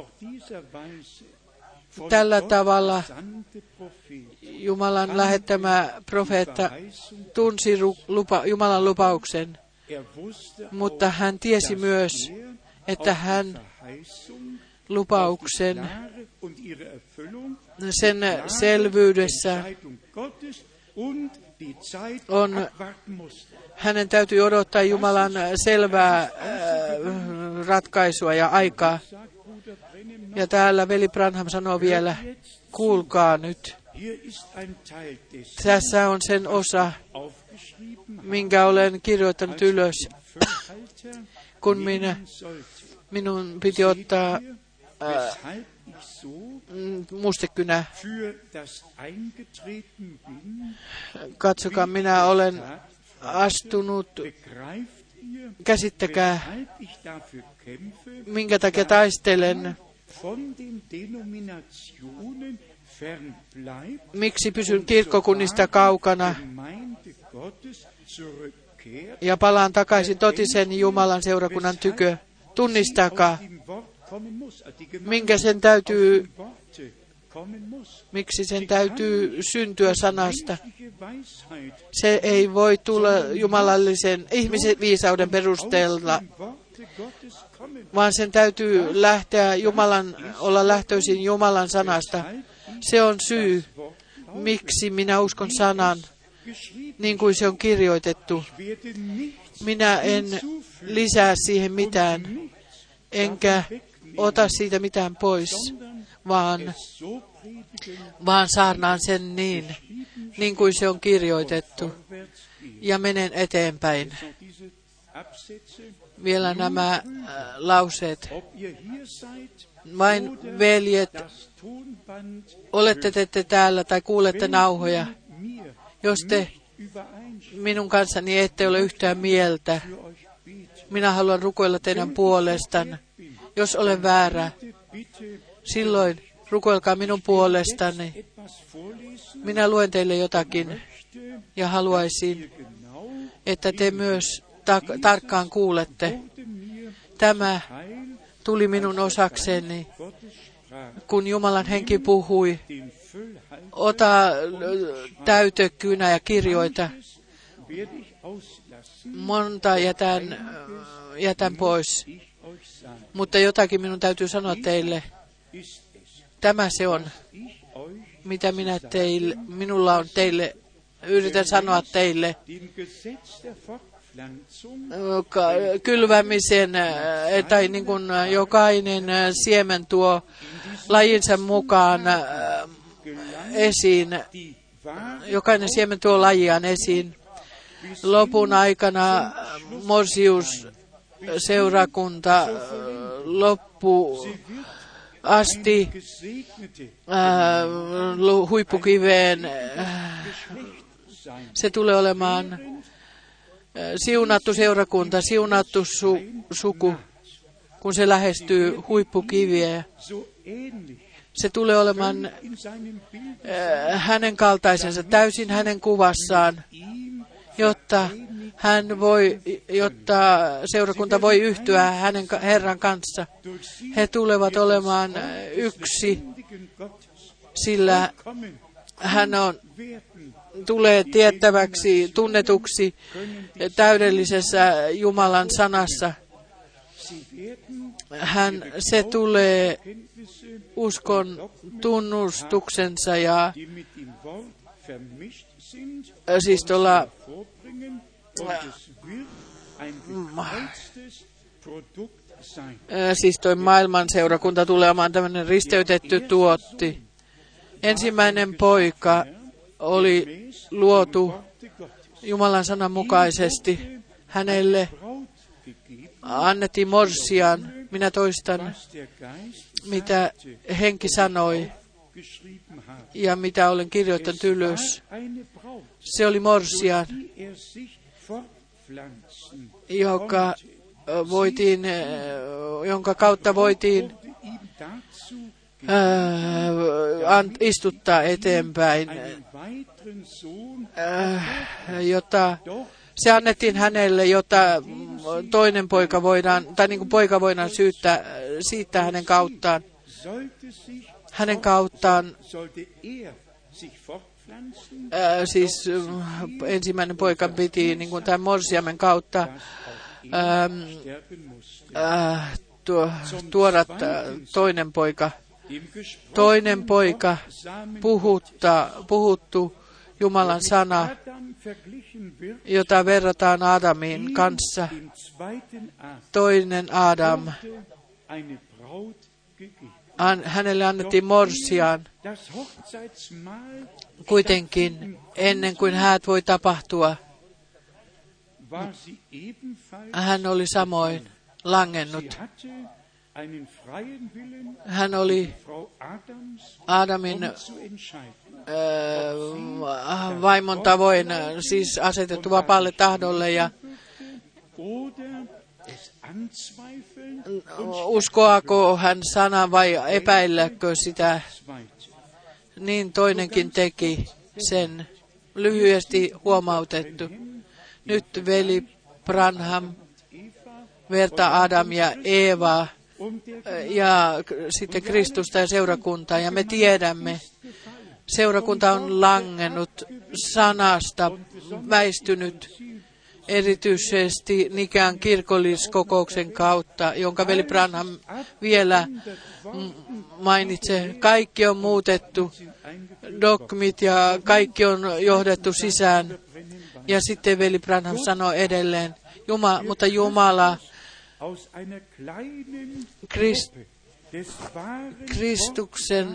A: tällä tavalla Jumalan lähettämä profeetta tunsi Jumalan lupauksen, mutta hän tiesi myös, että hän lupauksen sen selvyydessä on, hänen täytyy odottaa Jumalan selvää ratkaisua ja aikaa. Ja täällä veli Branham sanoo vielä, kuulkaa nyt. Tässä on sen osa, minkä olen kirjoittanut ylös, kun minun piti ottaa mustekynä. Katsokaa, minä olen astunut, käsittäkää, minkä takia taistelen, miksi pysyn kirkkokunnista kaukana ja palaan takaisin totisen Jumalan seurakunnan tykö. Tunnistakaa, miksi sen täytyy syntyä sanasta. Se ei voi tulla jumalallisen ihmisen viisauden perusteella, vaan sen täytyy olla lähtöisin Jumalan sanasta. Se on syy, miksi minä uskon sanan, niin kuin se on kirjoitettu. Minä en lisää siihen mitään, enkä ota siitä mitään pois, vaan saarnaan sen niin kuin se on kirjoitettu, ja menen eteenpäin. Vielä nämä lauseet. Vain veljet, olette te täällä tai kuulette nauhoja. Jos te minun kanssani ette ole yhtään mieltä, minä haluan rukoilla teidän puolestanne. Jos olen väärä, silloin rukoilkaa minun puolestani. Minä luen teille jotakin ja haluaisin, että te myös tarkkaan kuulette. Tämä tuli minun osakseni, kun Jumalan henki puhui. Ota täytekynä ja kirjoita. Monta jätän pois. Mutta jotakin minun täytyy sanoa teille. Tämä se on, mitä minulla on teille, yritän sanoa teille. Kylvämisen, tai niin kuin jokainen siemen tuo lajinsa mukaan esiin. Jokainen siemen tuo lajiaan esiin. Lopun aikana Morsius-seurakunta loppu asti huippukiveen. Se tulee olemaan siunattu seurakunta, siunattu suku, kun se lähestyy huippukiviä. Se tulee olemaan hänen kaltaisensa, täysin hänen kuvassaan, jotta jotta seurakunta voi yhtyä hänen Herran kanssa. He tulevat olemaan yksi, sillä hän tulee tiettäväksi, tunnetuksi täydellisessä Jumalan sanassa. Se tulee uskon tunnustuksensa ja siis tuolla siis toi maailman seurakunta tulee olemaan tämmöinen risteytetty tuotti. Ensimmäinen poika oli luotu Jumalan sanan mukaisesti. Hänelle annettiin morsian. Minä toistan, mitä henki sanoi ja mitä olen kirjoittanut ylös. Se oli morsian, jonka kautta voitiin istuttaa eteenpäin, jotta se annettiin hänelle, jotta toinen poika voidaan, tai niin kuin poika voidaan siittää hänen kauttaan. Hänen kauttaan, siis ensimmäinen poika piti niin kuin tämän morsiamen kautta tuoda toinen poika puhuttu Jumalan sana, jota verrataan Aadamin kanssa. Toinen Aadam, hänelle annettiin morsian. Kuitenkin ennen kuin häät voi tapahtua, hän oli samoin langennut. Hän oli Aadamin vaimon tavoin siis asetettu vapaalle tahdolle ja uskoako hän sanan vai epäilläkö sitä, niin toinenkin teki sen. Lyhyesti huomautettu. Nyt veli Branham vertaa Adam ja Eeva ja sitten Kristusta ja seurakuntaa. Ja me tiedämme, seurakunta on langennut sanasta, väistynyt erityisesti Nikean kirkolliskokouksen kautta, jonka veli Branham vielä mainitsee. Kaikki on muutettu, dogmit ja kaikki on johdettu sisään. Ja sitten veli Branham sanoo edelleen, mutta Jumala Kristuksen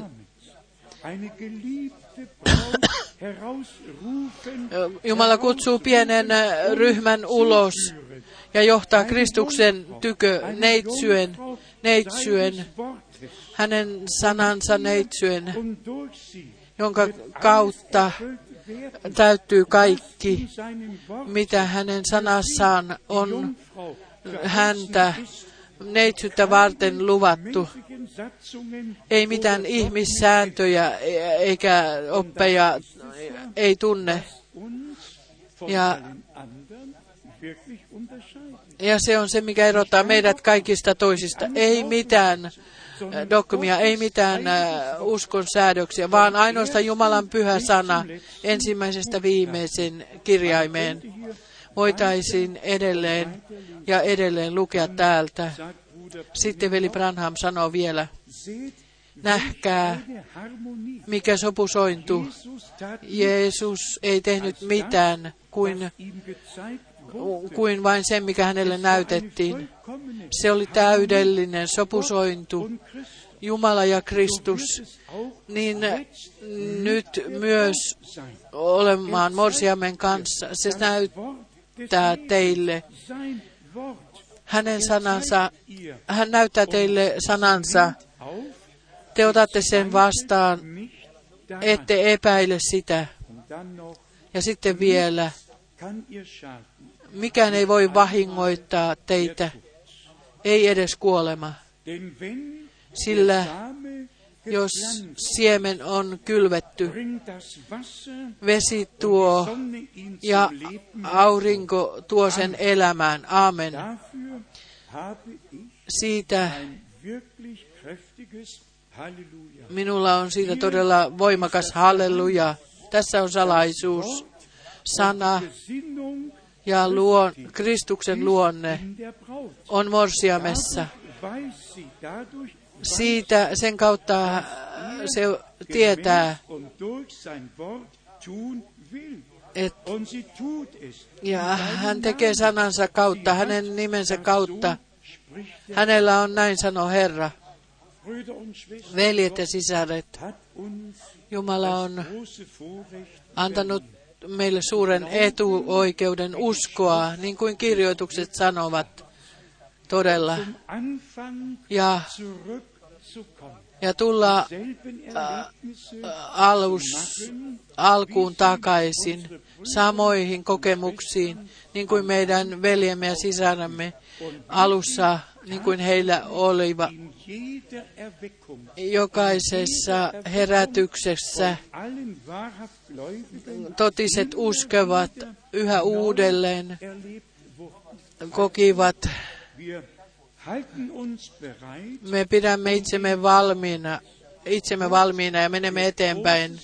A: Jumala kutsuu pienen ryhmän ulos ja johtaa Kristuksen tykö neitsyen, hänen sanansa neitsyen, jonka kautta täyttyy kaikki, mitä hänen sanassaan on häntä neitsyttä varten luvattu. Ei mitään ihmissääntöjä eikä oppeja ei tunne. Ja se on se, mikä erottaa meidät kaikista toisista. Ei mitään dogmia, ei mitään uskon säädöksiä, vaan ainoastaan Jumalan pyhä sana ensimmäisestä viimeisen kirjaimeen. Voitaisiin edelleen ja edelleen lukea täältä. Sitten veli Branham sanoo vielä, nähkää, mikä sopusointu. Jeesus ei tehnyt mitään kuin vain sen, mikä hänelle näytettiin. Se oli täydellinen sopusointu. Jumala ja Kristus, niin nyt myös olemaan morsiamen kanssa. Se näyttää teille hänen sanansa. Hän näyttää teille sanansa. Te otatte sen vastaan, ette epäile sitä. Ja sitten vielä, mikään ei voi vahingoittaa teitä, ei edes kuolema. Sillä Jos siemen on kylvetty, vesi tuo ja aurinko tuo sen elämään. Aamen. Siitä minulla on siitä todella voimakas halleluja. Tässä on salaisuus, sana ja Kristuksen luonne on morsiamessa. Siitä sen kautta se tietää, ja hän tekee sanansa kautta, hänen nimensä kautta. Hänellä on, näin sanoo Herra. Veljet ja sisaret, Jumala on antanut meille suuren etuoikeuden uskoa, niin kuin kirjoitukset sanovat todella, ja tulla alkuun takaisin, samoihin kokemuksiin, niin kuin meidän veljemme ja sisaramme alussa, niin kuin heillä olivat. Jokaisessa herätyksessä totiset uskovat yhä uudelleen, kokivat. Me pidämme itsemme valmiina ja menemme eteenpäin.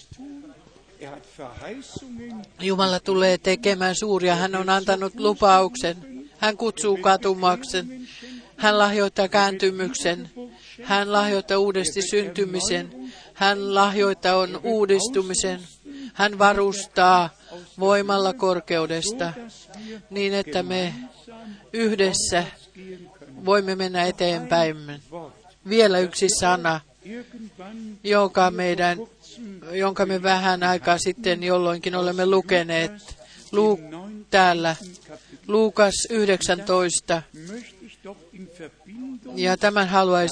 A: Jumala tulee tekemään suuria. Hän on antanut lupauksen. Hän kutsuu katumaksen. Hän lahjoittaa kääntymyksen. Hän lahjoittaa uudesti syntymisen. Hän lahjoittaa on uudistumisen. Hän varustaa voimalla korkeudesta niin, että me yhdessä voimme mennä eteenpäin. Vielä yksi sana, jonka me vähän aikaa sitten jolloinkin olemme lukeneet täällä. Luukas 19. Ja tämän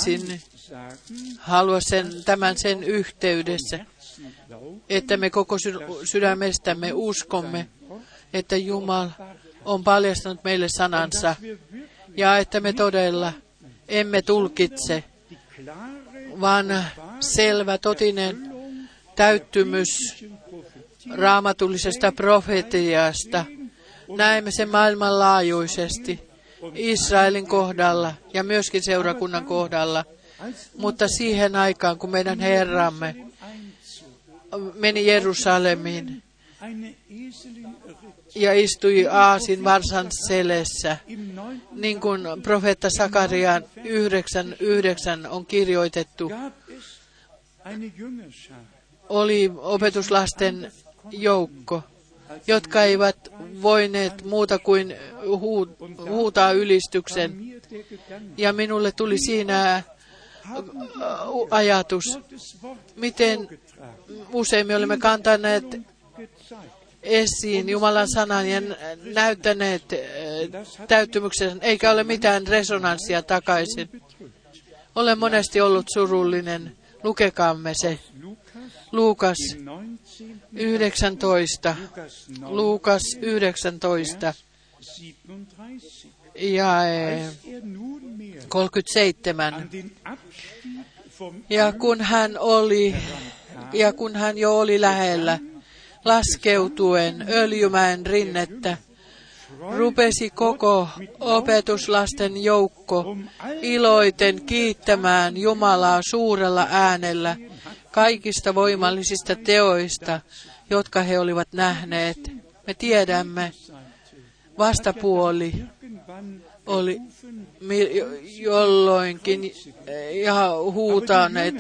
A: tämän sen yhteydessä, että me koko sydämestämme uskomme, että Jumala on paljastanut meille sanansa, ja että me todella emme tulkitse, vaan selvä, totinen täyttymys raamatullisesta profetiasta. Näemme sen maailmanlaajuisesti Israelin kohdalla ja myöskin seurakunnan kohdalla. Mutta siihen aikaan, kun meidän Herramme meni Jerusalemiin ja istui aasin varsan selässä, niin kuin profeetta Sakarian 9:9 on kirjoitettu, oli opetuslasten joukko, jotka eivät voineet muuta kuin huutaa ylistyksen. Ja minulle tuli siinä ajatus, miten usein me olemme kantaneet esiin Jumalan sanan ja näyttäneet täyttymyksen, eikä ole mitään resonanssia takaisin. Olen monesti ollut surullinen. Lukekaamme se. Luukas 19. Luukas 19. Ja 37. Ja kun hän jo oli lähellä, laskeutuen Öljymäen rinnettä, rupesi koko opetuslasten joukko iloiten kiittämään Jumalaa suurella äänellä kaikista voimallisista teoista, jotka he olivat nähneet. Me tiedämme, vastapuoli oli jolloinkin ja huutaneet,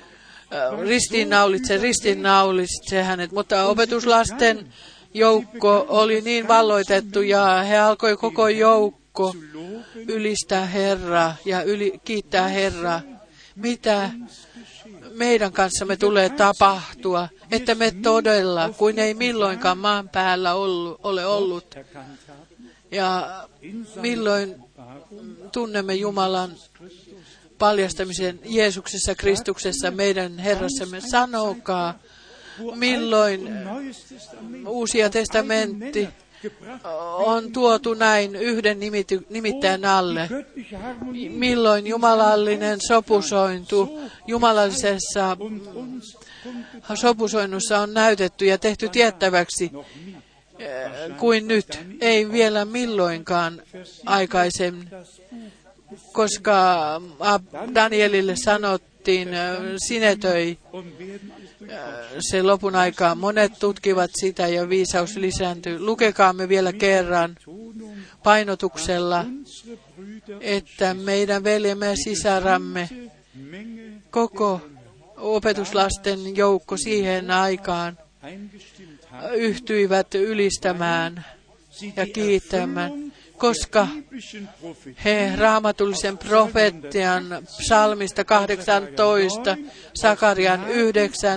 A: ristiinnaulitse hänet, mutta opetuslasten joukko oli niin valloitettu ja he alkoi koko joukko ylistää Herraa ja kiittää Herraa. Mitä meidän kanssamme tulee tapahtua, että me todella, kuin ei milloinkaan maan päällä ole ollut, ja milloin tunnemme Jumalan paljastamisen Jeesuksessa Kristuksessa, meidän Herrassamme. Sanokaa, milloin Uusia testamentti on tuotu näin yhden nimittäjän alle. Milloin jumalallinen sopusointu jumalallisessa sopusoinnussa on näytetty ja tehty tiettäväksi kuin nyt, ei vielä milloinkaan aikaisemmin, koska Danielille sanottiin, sinetöi se lopun aikaa. Monet tutkivat sitä ja viisaus lisääntyy. Lukekaamme vielä kerran painotuksella, että meidän veljemme ja sisaramme, koko opetuslasten joukko siihen aikaan yhtyivät ylistämään ja kiittämään, koska he raamatullisen profeetan psalmista 18, Sakarian 9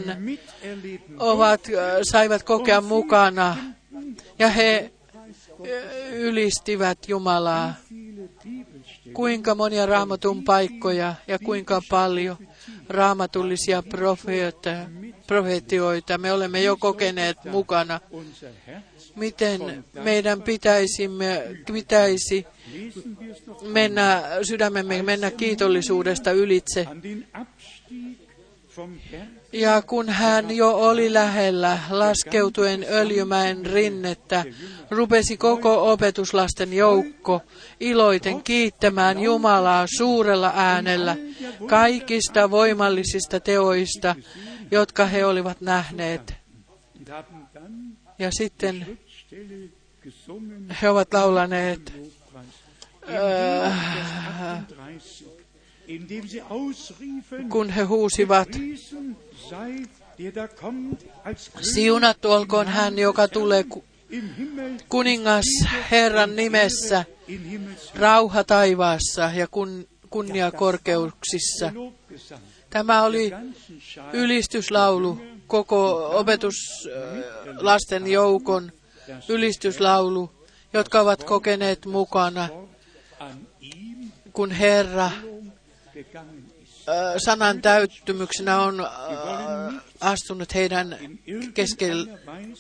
A: saivat kokea mukana ja he ylistivät Jumalaa. Kuinka monia raamatun paikkoja ja kuinka paljon raamatullisia profeetioita me olemme jo kokeneet mukana. Miten meidän pitäisi sydämemme mennä kiitollisuudesta ylitse. Ja kun hän jo oli lähellä laskeutuen Öljymäen rinnettä, rupesi koko opetuslasten joukko iloiten kiittämään Jumalaa suurella äänellä kaikista voimallisista teoista, jotka he olivat nähneet. Ja sitten he ovat laulaneet kun he huusivat, siunattu olkoon hän, joka tulee kuningas Herran nimessä, rauha taivaassa ja kunnia korkeuksissa. Tämä oli ylistyslaulu, koko opetuslasten joukon ylistyslaulu, jotka ovat kokeneet mukana, kun Herra sanan täyttymyksenä on astunut heidän keskelle.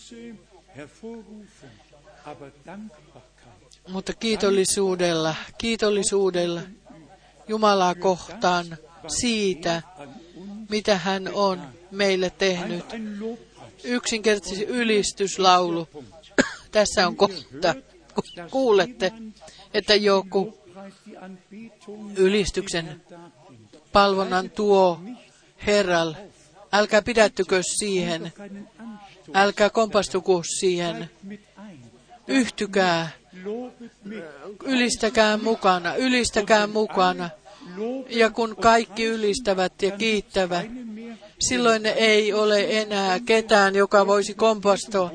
A: Mutta kiitollisuudella Jumalaa kohtaan siitä, mitä hän on meille tehnyt. Yksinkertaisesti ylistyslaulu. Tässä on kohta, kun kuulette, että joku ylistyksen palvonnan tuo Herralle. Älkää pidättykö siihen, älkää kompastuko siihen. Yhtykää, ylistäkää mukana. Ja kun kaikki ylistävät ja kiittävät, silloin ei ole enää ketään, joka voisi kompastua,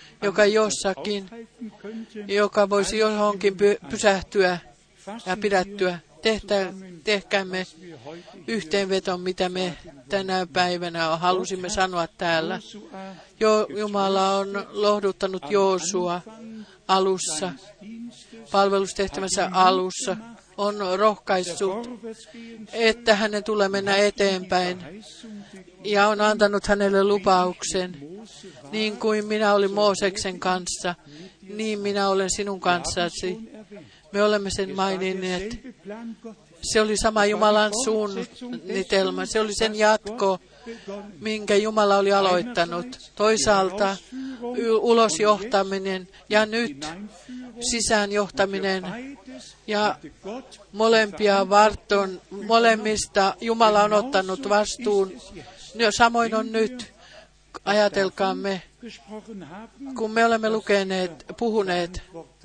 A: joka voisi johonkin pysähtyä ja pidättyä. Tehkäämme yhteenveton, mitä me tänä päivänä halusimme sanoa täällä. Jumala on lohduttanut Joosua alussa, palvelustehtävänsä alussa, on rohkaissut, että hänen tulee mennä eteenpäin ja on antanut hänelle lupauksen. Niin kuin minä olin Mooseksen kanssa, niin minä olen sinun kanssasi. Me olemme sen maininneet. Se oli sama Jumalan suunnitelma. Se oli sen jatko, minkä Jumala oli aloittanut. Toisaalta ulosjohtaminen ja nyt sisäänjohtaminen. Ja molemmista Jumala on ottanut vastuun. Ja samoin on nyt. Ajatelkaamme, kun me olemme puhuneet,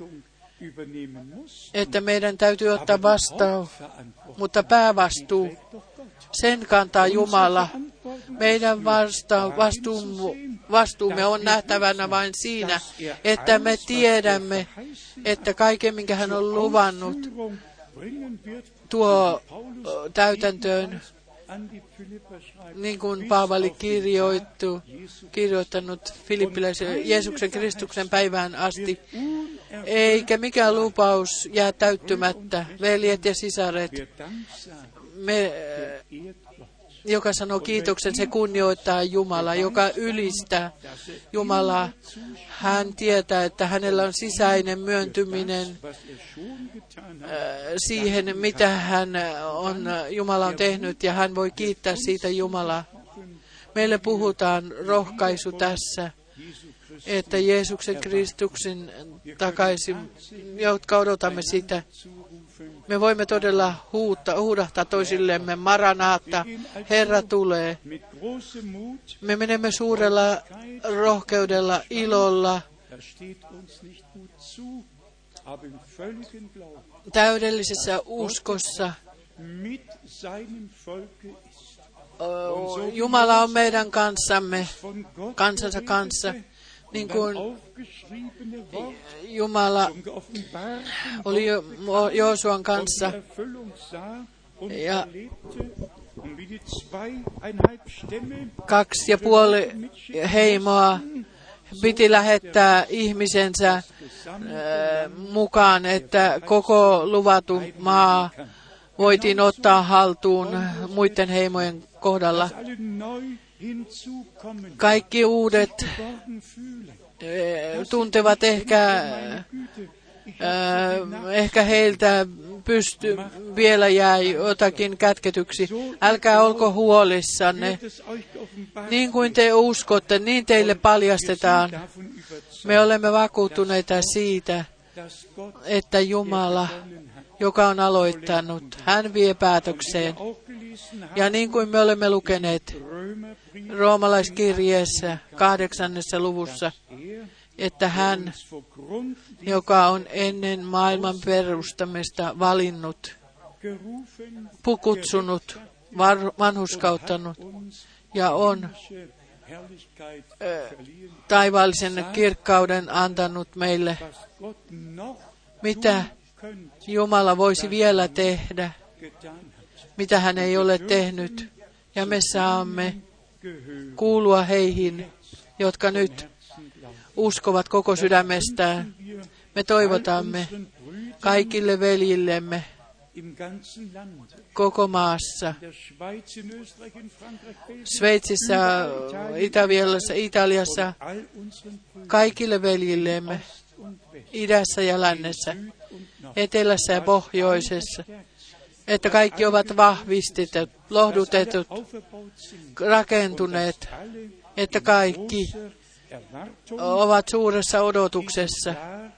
A: että meidän täytyy ottaa vastaan, mutta päävastuu, sen kantaa Jumala. Meidän vastuumme on nähtävänä vain siinä, että me tiedämme, että kaiken, minkä hän on luvannut, tuo täytäntöön, niin kuin Paavali kirjoittanut Filippiläisen Jeesuksen Kristuksen päivään asti, eikä mikään lupaus jää täyttymättä. Veljet ja sisaret, joka sanoo kiitoksen, se kunnioittaa Jumalaa, joka ylistää Jumalaa. hän tietää, että hänellä on sisäinen myöntyminen siihen, mitä Jumala on tehnyt, ja hän voi kiittää siitä Jumalaa. Meille puhutaan rohkaisu tässä, että Jeesuksen Kristuksen takaisin, jotka odotamme sitä. Me voimme todella huudahtaa toisillemme, Maranaatta, Herra tulee. Me menemme suurella rohkeudella, ilolla, täydellisessä uskossa. Jumala on meidän kanssamme, kansansa kanssa, niin kuin Jumala oli Joosuan kanssa. Ja 2,5 heimoa piti lähettää ihmisensä mukaan, että koko luvattu maa voitiin ottaa haltuun muiden heimojen kohdalla. Kaikki uudet tuntevat ehkä heiltä vielä jäi jotakin kätketyksi. Älkää olko huolissanne. Niin kuin te uskotte, niin teille paljastetaan. Me olemme vakuuttuneita siitä, että Jumala, joka on aloittanut, hän vie päätökseen. Ja niin kuin me olemme lukeneet roomalaiskirjeessä 8. luvussa, että hän, joka on ennen maailman perustamista valinnut, kutsunut, vanhurskauttanut ja on taivaallisen kirkkauden antanut meille. Mitä Jumala voisi vielä tehdä, mitä hän ei ole tehnyt, ja me saamme kuulua heihin, jotka nyt uskovat koko sydämestään. Me toivotamme kaikille veljillemme koko maassa, Sveitsissä, Itävallassa, Italiassa, kaikille veljillemme, idässä ja lännessä, etelässä ja pohjoisessa, että kaikki ovat vahvistetut, lohdutetut, rakentuneet, että kaikki ovat suuressa odotuksessa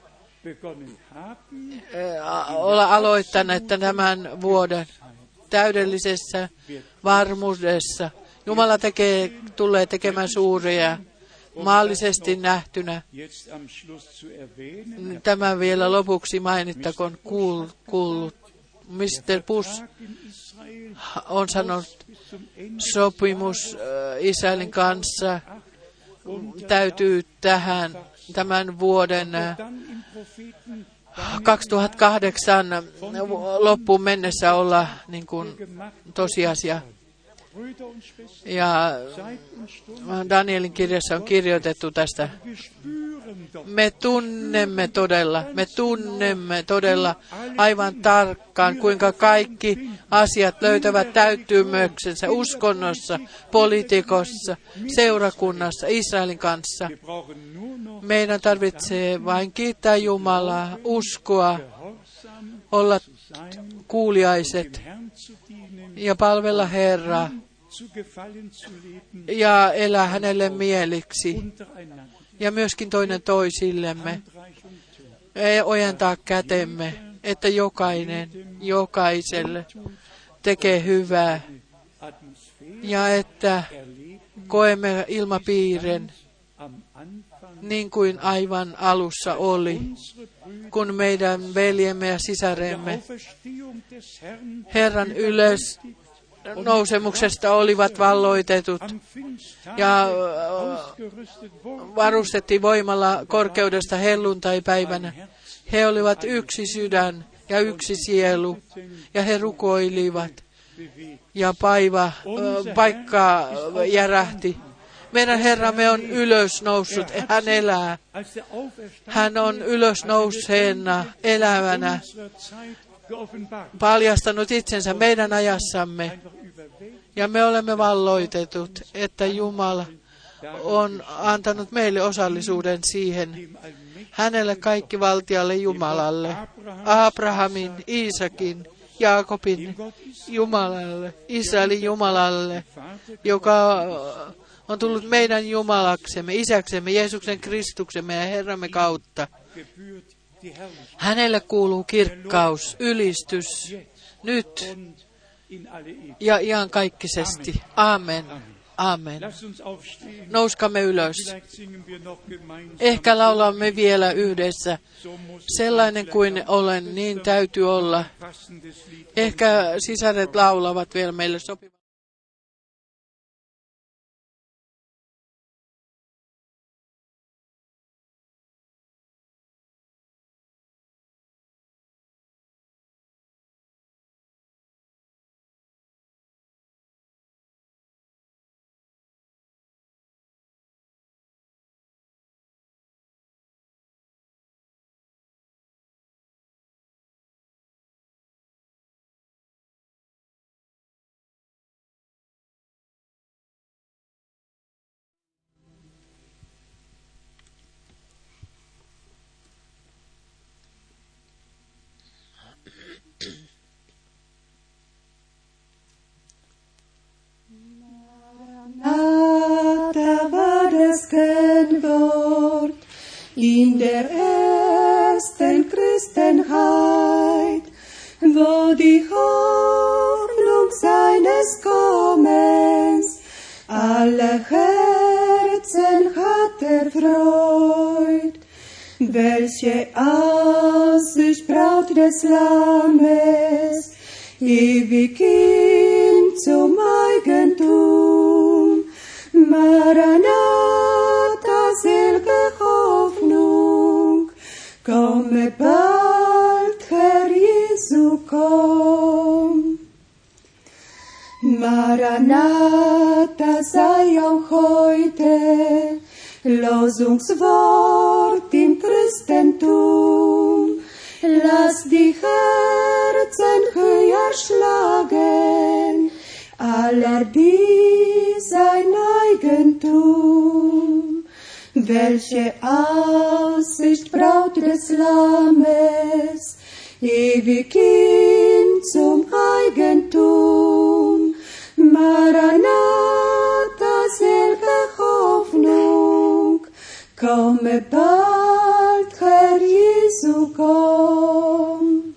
A: olla aloittaneet tämän vuoden täydellisessä varmuudessa. Jumala tulee tekemään suuria, maallisesti nähtynä. Tämä vielä lopuksi mainittakoon kuullut. Mr. Bush on sanonut, sopimus Israelin kanssa täytyy tämän vuoden 2008 loppuun mennessä olla niin kuin tosiasia. Ja Danielin kirjassa on kirjoitettu tästä. Me tunnemme todella aivan tarkkaan, kuinka kaikki asiat löytävät täyttymyksensä uskonnossa, politiikossa, seurakunnassa, Israelin kanssa. Meidän tarvitsee vain kiittää Jumalaa, uskoa, olla kuuliaiset ja palvella Herraa ja elää hänelle mieliksi ja myöskin toinen toisillemme. Ojentaa kätemme, että jokaiselle tekee hyvää ja että koemme ilmapiirin niin kuin aivan alussa oli, kun meidän veljemme ja sisaremme Herran ylösnousemuksesta olivat valloitetut ja varustettiin voimalla korkeudesta helluntaipäivänä. He olivat yksi sydän ja yksi sielu ja he rukoilivat ja paikka järähti. Meidän Herramme on ylösnoussut, hän elää. Hän on ylösnouseena, elävänä, paljastanut itsensä meidän ajassamme. Ja me olemme valloitetut, että Jumala on antanut meille osallisuuden siihen. Hänelle kaikki valtialle Jumalalle, Abrahamin, Iisakin, Jaakobin Jumalalle, Israelin Jumalalle, joka on tullut meidän Jumalaksemme, Isäksemme, Jeesuksen Kristuksemme ja Herramme kautta. Hänelle kuuluu kirkkaus, ylistys, nyt ja iankaikkisesti. Amen. Amen. Nouskamme ylös. Ehkä laulamme vielä yhdessä. Sellainen kuin olen, niin täytyy olla. Ehkä sisaret laulavat vielä meille sopivan.
C: Wort in der ersten Christenheit, wo die Hoffnung seines Kommens alle Herzen hat erfreut. Welche Aussicht Braut des Lammes, ewig ihm zum Eigentum. Maranatha, selge Hoffnung, komme bald, Herr Jesu, komm. Maranatha sei auch heute Losungswort im Christentum. Lass die Herzen höher schlagen, aller die sein Eigentum. Welche Aussicht Braut des Lammes, ewig ihm zum Eigentum. Maranatha, selge Hoffnung, komme bald, Herr Jesu, komm.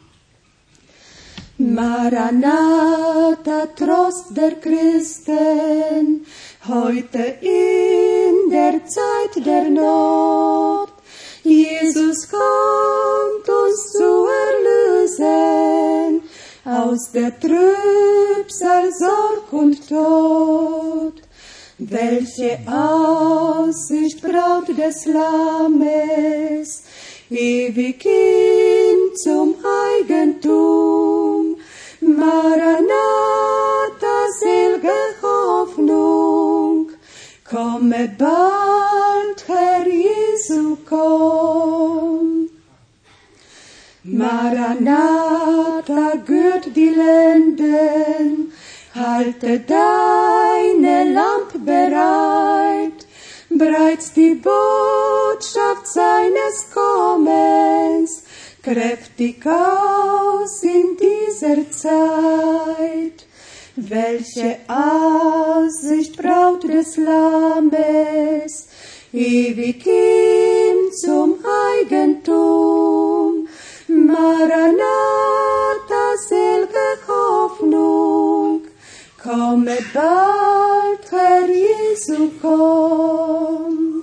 C: Maranatha, Trost der Christen, heute in der Zeit der Not. Jesus kommt uns zu erlösen aus der Trübsal, Sorg und Tod. Welche Aussicht Braut des Lammes, ewig ihm zum Eigentum. Maranatha, selge Hoffnung, komme bald, Herr Jesu, komm. Maranatha, gürt die Lenden, halte deine Lamp bereit, breit's die Botschaft seines Kommens kräftig aus in dieser Zeit. Welche Aussicht Braut des Lammes, ewig ihm zum Eigentum. Maranatha, selge Hoffnung, komme bald, Herr Jesu, komm.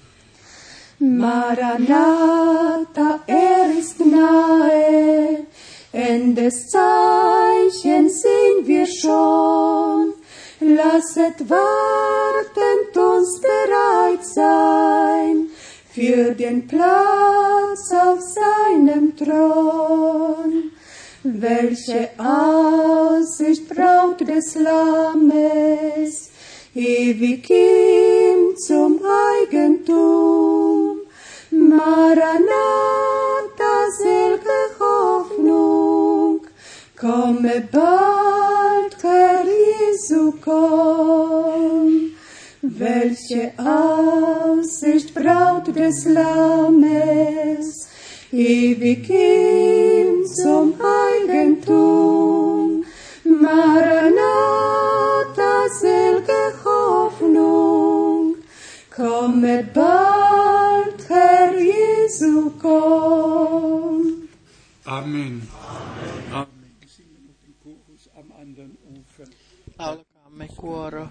C: Maranatha, ist nahe, Endes Zeichen sehen wir schon. Lasset wartend uns bereit sein für den Platz auf seinem Thron. Welche Aussicht Braut des Lammes, ewig ihm zum Eigentum. Maranatha, selge Hoffnung, komme bald, Herr Jesu, komm. Welche Aussicht, Braut des Lammes, ewig ihm zum Eigentum. Maranatha, selge Hoffnung, kommet bald, Herr Jesu, komm.
B: Amen. Amen. Wir singen noch den Chorus am anderen Ufer.
A: Laulakaamme kuoro.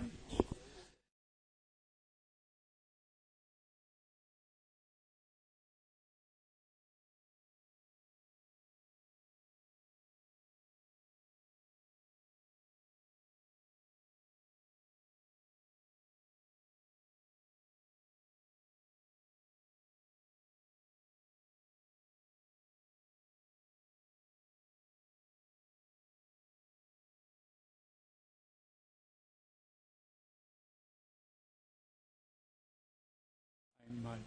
B: Einmal.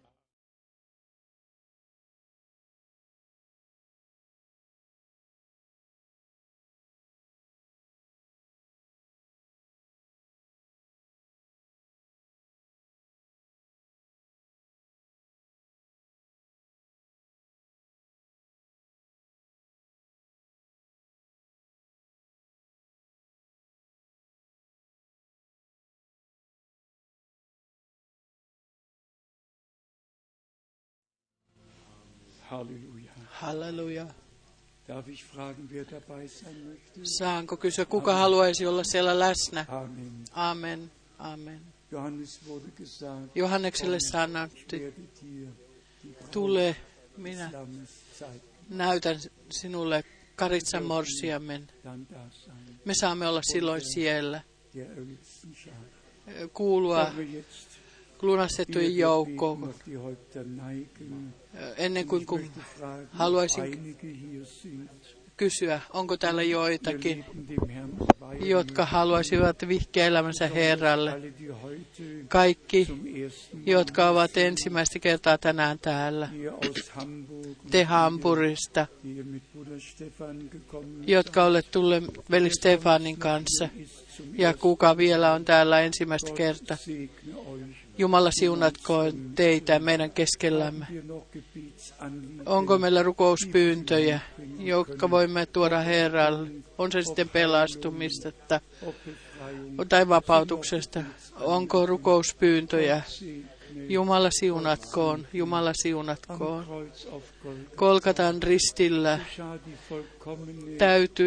B: Halleluja.
A: Halleluja.
B: Darf ich fragen, wer dabei sein möchte?
A: Saanko kysyä, kuka haluaisi olla siellä läsnä?
B: Amen.
A: Amen. Amen.
B: Johannes wurde gesagt,
A: Johannekselle sanottiin,
B: werde dir die
A: tule, minä
B: Lammes zeigen.
A: näytän sinulle Karitsan morsiamen.
B: Dann da sein,
A: Me saamme olla silloin siellä,
B: der erlösten Schar.
A: kuulua
B: Wollen wir jetzt
A: lunastettujen joukkoon.
B: auf die Häupter neigen?
A: Ennen kuin
B: Ich möchte fragen,
A: haluaisin
B: einige hier sind,
A: kysyä, onko täällä
B: ihr
A: joitakin,
B: Leben dem Herrn weihen,
A: jotka haluaisivat vihkiä elämänsä Herralle.
B: alle, die heute
A: Kaikki,
B: zum ersten Mal
A: jotka ovat ensimmäistä kertaa tänään täällä,
B: hier aus Hamburg,
A: te Hampurista,
B: die mit Bruder Stefan gekommen
A: jotka olette tulleet veli Stefanin kanssa,
B: ist zum
A: ja kuka vielä on täällä ensimmäistä kertaa.
B: Segne euch.
A: Jumala siunatkoon teitä meidän keskellämme.
B: Hier noch Gebetsanliegen,
A: Onko meillä rukouspyyntöjä, jotka voimme tuoda Herralle? On se sitten pelastumista
B: ob Befreiung,
A: tai vapautuksesta. Onko rukouspyyntöjä?
B: Segne
A: Jumala siunatkoon, Jumala
B: am
A: siunatkoon.
B: Kreuz auf Golgatha.
A: Kolkatan ristillä
B: Geschah die vollkommene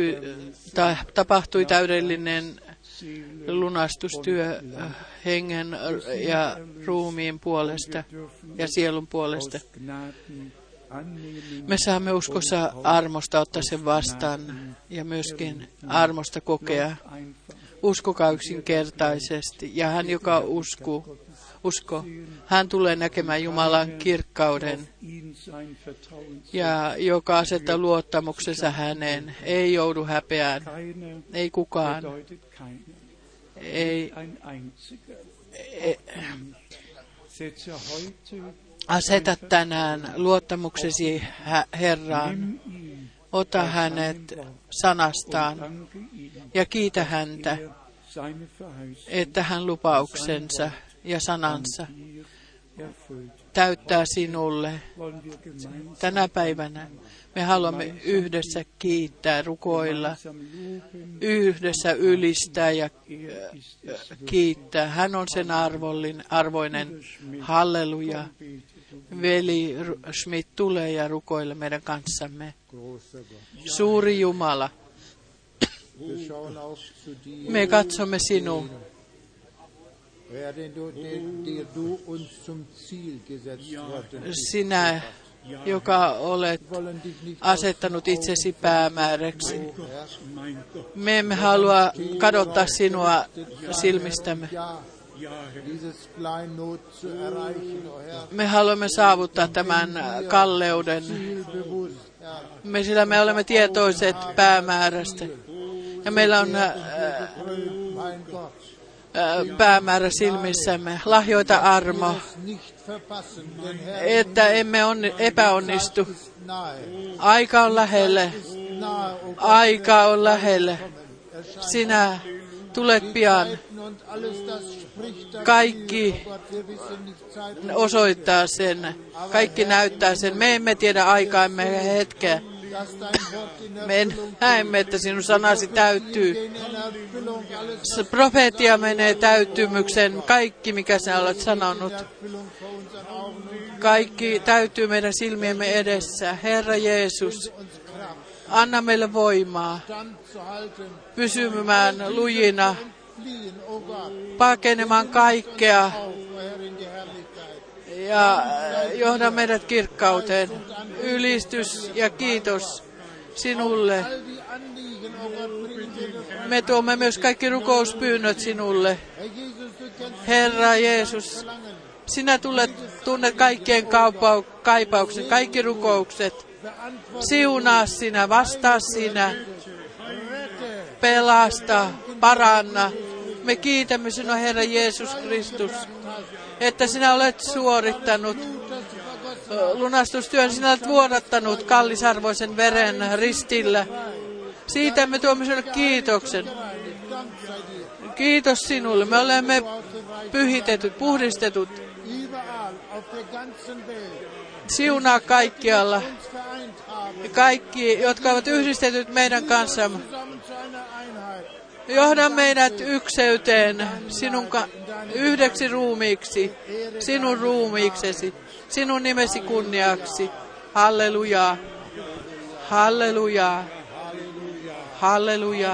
A: tapahtui täydellinen
B: Seele
A: lunastustyö hengen ja ruumiin puolesta ja sielun puolesta.
B: aus Gnaden annehmen.
A: Me saamme uskossa armosta ottaa sen vastaan ja myöskin armosta kokea.
B: Einfach
A: Uskokaa yksinkertaisesti. Ja hän, joka uskoo, hän tulee näkemään Jumalan kirkkauden.
B: ihn sein Vertrauen zu.
A: Ja joka asettaa luottamuksensa häneen, ei joudu häpeään,
B: Keiner
A: ei kukaan,
B: bedeutet keiner.
A: ei
B: Ein einziger. Setze heute,
A: aseta tänään luottamuksesi Herraan.
B: nimm ihn,
A: Ota hänet sanastaan
B: danke ihm,
A: ja kiitä häntä,
B: seine Verheißung
A: että hän lupauksensa ja sanansa
B: hier erfüllt.
A: täyttää sinulle.
B: Wollen wir gemeinsam
A: Tänä päivänä me haluamme yhdessä kiittää, rukoilla, yhdessä ylistää ja kiittää. Hän on sen arvoinen. Halleluja. Veli Schmidt tulee ja rukoile meidän kanssamme. Suuri Jumala, me katsomme sinuun. Sinä, joka olet asettanut itsesi päämääräksi. Me emme halua kadottaa sinua silmistämme. Me haluamme saavuttaa tämän kalleuden, sillä me olemme tietoiset päämäärästä. Ja meillä on päämäärä silmissämme. Lahjoita armo, että emme epäonnistu. Aika on lähelle. Aika on lähelle. Sinä tulet pian. Kaikki osoittaa sen, kaikki näyttää sen. Me emme tiedä aikaa, emme hetkeä. Me näemme, että sinun sanasi täyttyy. Profeetia menee täyttymykseen. Kaikki, mikä sinä olet sanonut. Kaikki täytyy meidän silmiemme edessä. Herra Jeesus, anna meille voimaa pysymään lujina, pakenemaan kaikkea ja johda meidät kirkkauteen. Ylistys ja kiitos sinulle. Me tuomme myös kaikki rukouspyynnöt sinulle. Herra Jeesus, sinä tunnet kaikkien kaipauksen, kaikki rukoukset. Siunaa sinä, vastaa sinä, pelasta, paranna. Me kiitämme sinua, Herra Jeesus Kristus, että sinä olet suorittanut lunastustyön, sinä olet vuodattanut kallisarvoisen veren ristillä. Siitä me tuomme sinulle kiitoksen. Kiitos sinulle. Me olemme pyhitetyt, puhdistetut. Siunaa kaikkialla. Kaikki, jotka ovat yhdistetyt meidän kanssamme. Johda meidät ykseyteen yhdeksi ruumiiksi, sinun ruumiiksesi, sinun nimesi kunniaksi. Halleluja, halleluja, halleluja,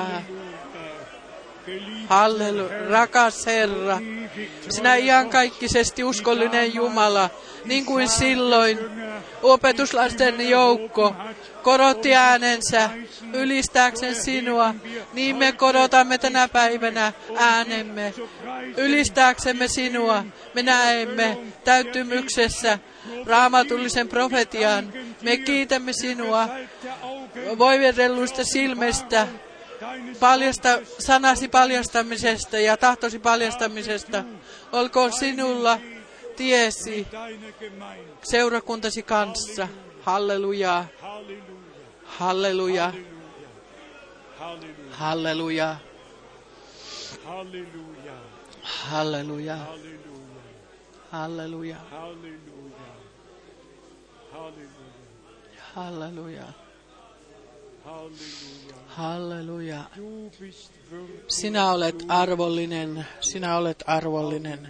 A: halleluja. Rakas Herra, sinä iankaikkisesti uskollinen Jumala, niin kuin silloin opetuslasten joukko korotti äänensä ylistääkseen sinua, niin me korotamme tänä päivänä äänemme ylistääksemme sinua. Me näemme täyttymyksessä raamatullisen profetian. Me kiitämme sinua voidelluista silmistä, sanasi paljastamisesta ja tahtosi paljastamisesta. Olkoon sinulla tiesi seurakuntasi kanssa. Halleluja. Halleluja. Halleluja. Halleluja. Halleluja. Halleluja. Halleluja. Sinä olet arvollinen. Sinä olet arvollinen.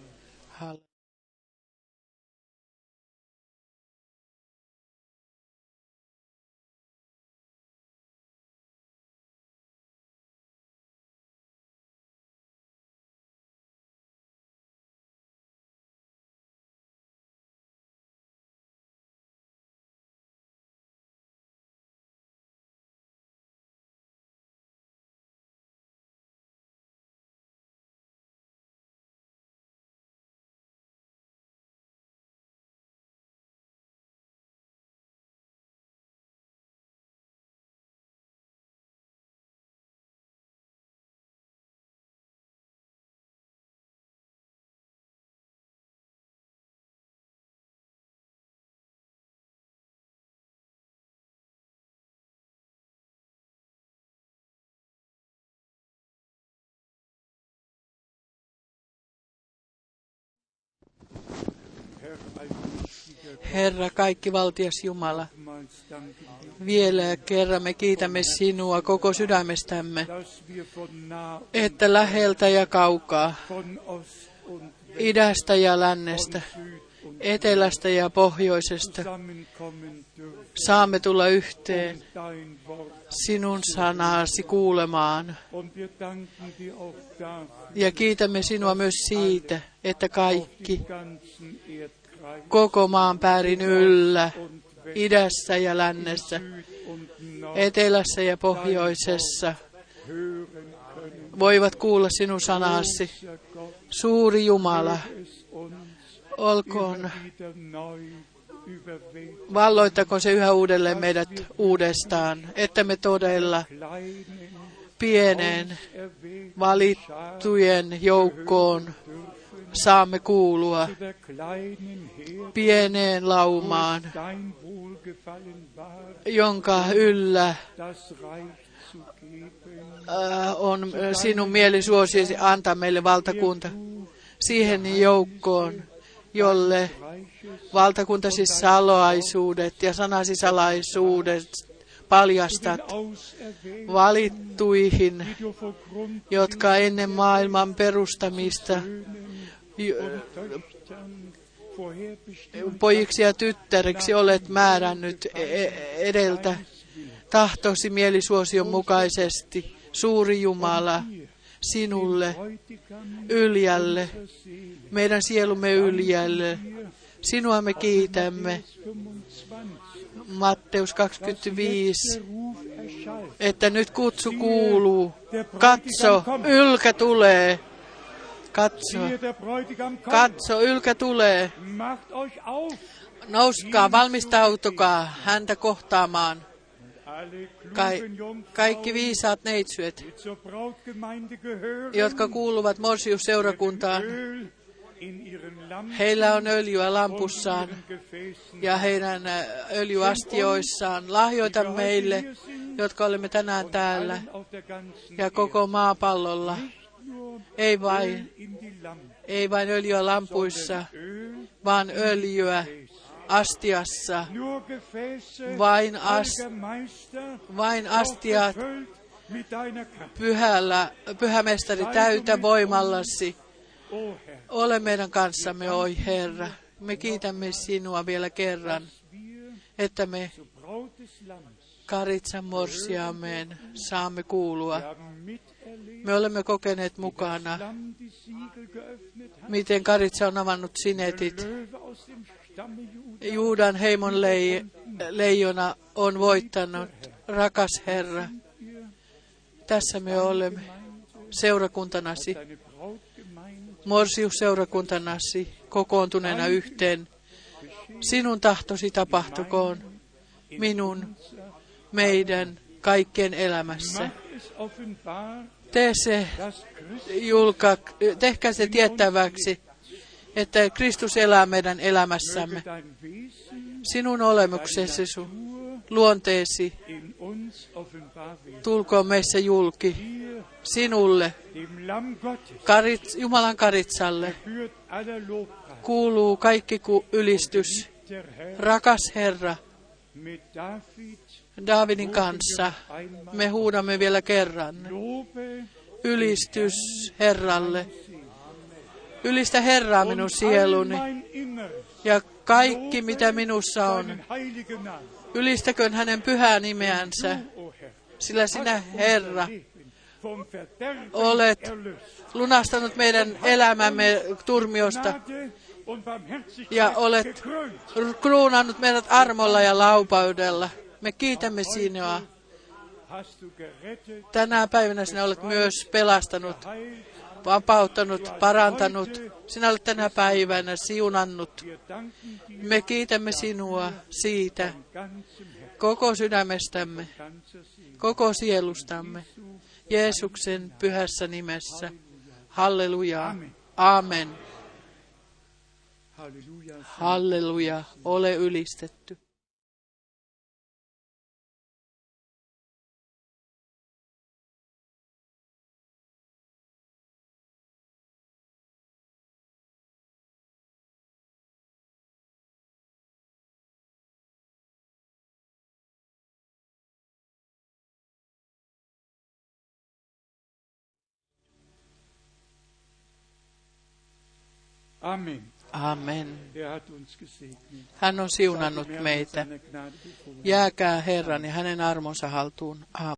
A: Herra, kaikkivaltias Jumala, vielä kerran me kiitämme sinua koko sydämestämme, että läheltä ja kaukaa, idästä ja lännestä, etelästä ja pohjoisesta saamme tulla yhteen sinun sanasi kuulemaan. Ja kiitämme sinua myös siitä, että kaikki koko maan päärin yllä, idässä ja lännessä, etelässä ja pohjoisessa, voivat kuulla sinun sanasi. Suuri Jumala, olkoon, valloittakoon se yhä uudelleen meidät uudestaan, että me todella pieneen valittujen joukkoon saamme kuulua, pieneen laumaan, jonka yllä on sinun mielisuosiesi antaa meille valtakunta siihen joukkoon, jolle valtakuntasi salaisuudet ja sanasi salaisuudet paljastat valittuihin, jotka ennen maailman perustamista pojiksi ja tyttäriksi olet määrännyt edeltä tahtosi mielisuosion mukaisesti, suuri Jumala, sinulle, Yljälle, meidän sielumme Yljälle. Sinua me kiitämme. Matteus 25, että nyt kutsu kuuluu. Katso, Ylkä tulee. Katso, Ylkä tulee. Nouskaa, valmistautukaa häntä kohtaamaan. Kaikki viisaat neitsyet, jotka kuuluvat Morsiusseurakuntaan, heillä on öljyä lampussaan ja heidän öljyastioissaan. Lahjoita meille, jotka olemme tänään täällä ja koko maapallolla. Ei vain öljyä lampuissa, vaan öljyä astiassa. Vain astiat, pyhämestari, täytä voimallasi. Ole meidän kanssamme, oi Herra. Me kiitämme sinua vielä kerran, että me Karitsan morsiameen saamme kuulua. Me olemme kokeneet mukana, miten Karitsa on avannut sinetit. Juudan heimon leijona on voittanut, rakas Herra. Tässä me olemme seurakuntanasi, Morsiusseurakuntanasi, kokoontuneena yhteen. Sinun tahtosi tapahtukoon minun, meidän, kaikkien elämässä. Tehkää se tiettäväksi, että Kristus elää meidän elämässämme. Sinun olemuksesi, luonteesi, tulkoon meissä julki. Sinulle, Jumalan Karitsalle, kuuluu kaikki ylistys. Rakas Herra, Daavidin kanssa me huudamme vielä kerran. Ylistys Herralle. Ylistä Herraa minun sieluni ja kaikki mitä minussa on. Ylistäköön hänen pyhää nimeänsä, sillä sinä Herra olet lunastanut meidän elämämme turmiosta ja olet kruunannut meidät armolla ja laupaudella. Me kiitämme sinua. Tänä päivänä sinä olet myös pelastanut, vapauttanut, parantanut. Sinä olet tänä päivänä siunannut. Me kiitämme sinua siitä koko sydämestämme, koko sielustamme. Jeesuksen pyhässä nimessä. Halleluja. Amen. Halleluja. Ole ylistetty.
B: Amen.
A: Amen. Hän on siunannut meitä. Jääkää Herran ja hänen armonsa haltuun. Amen.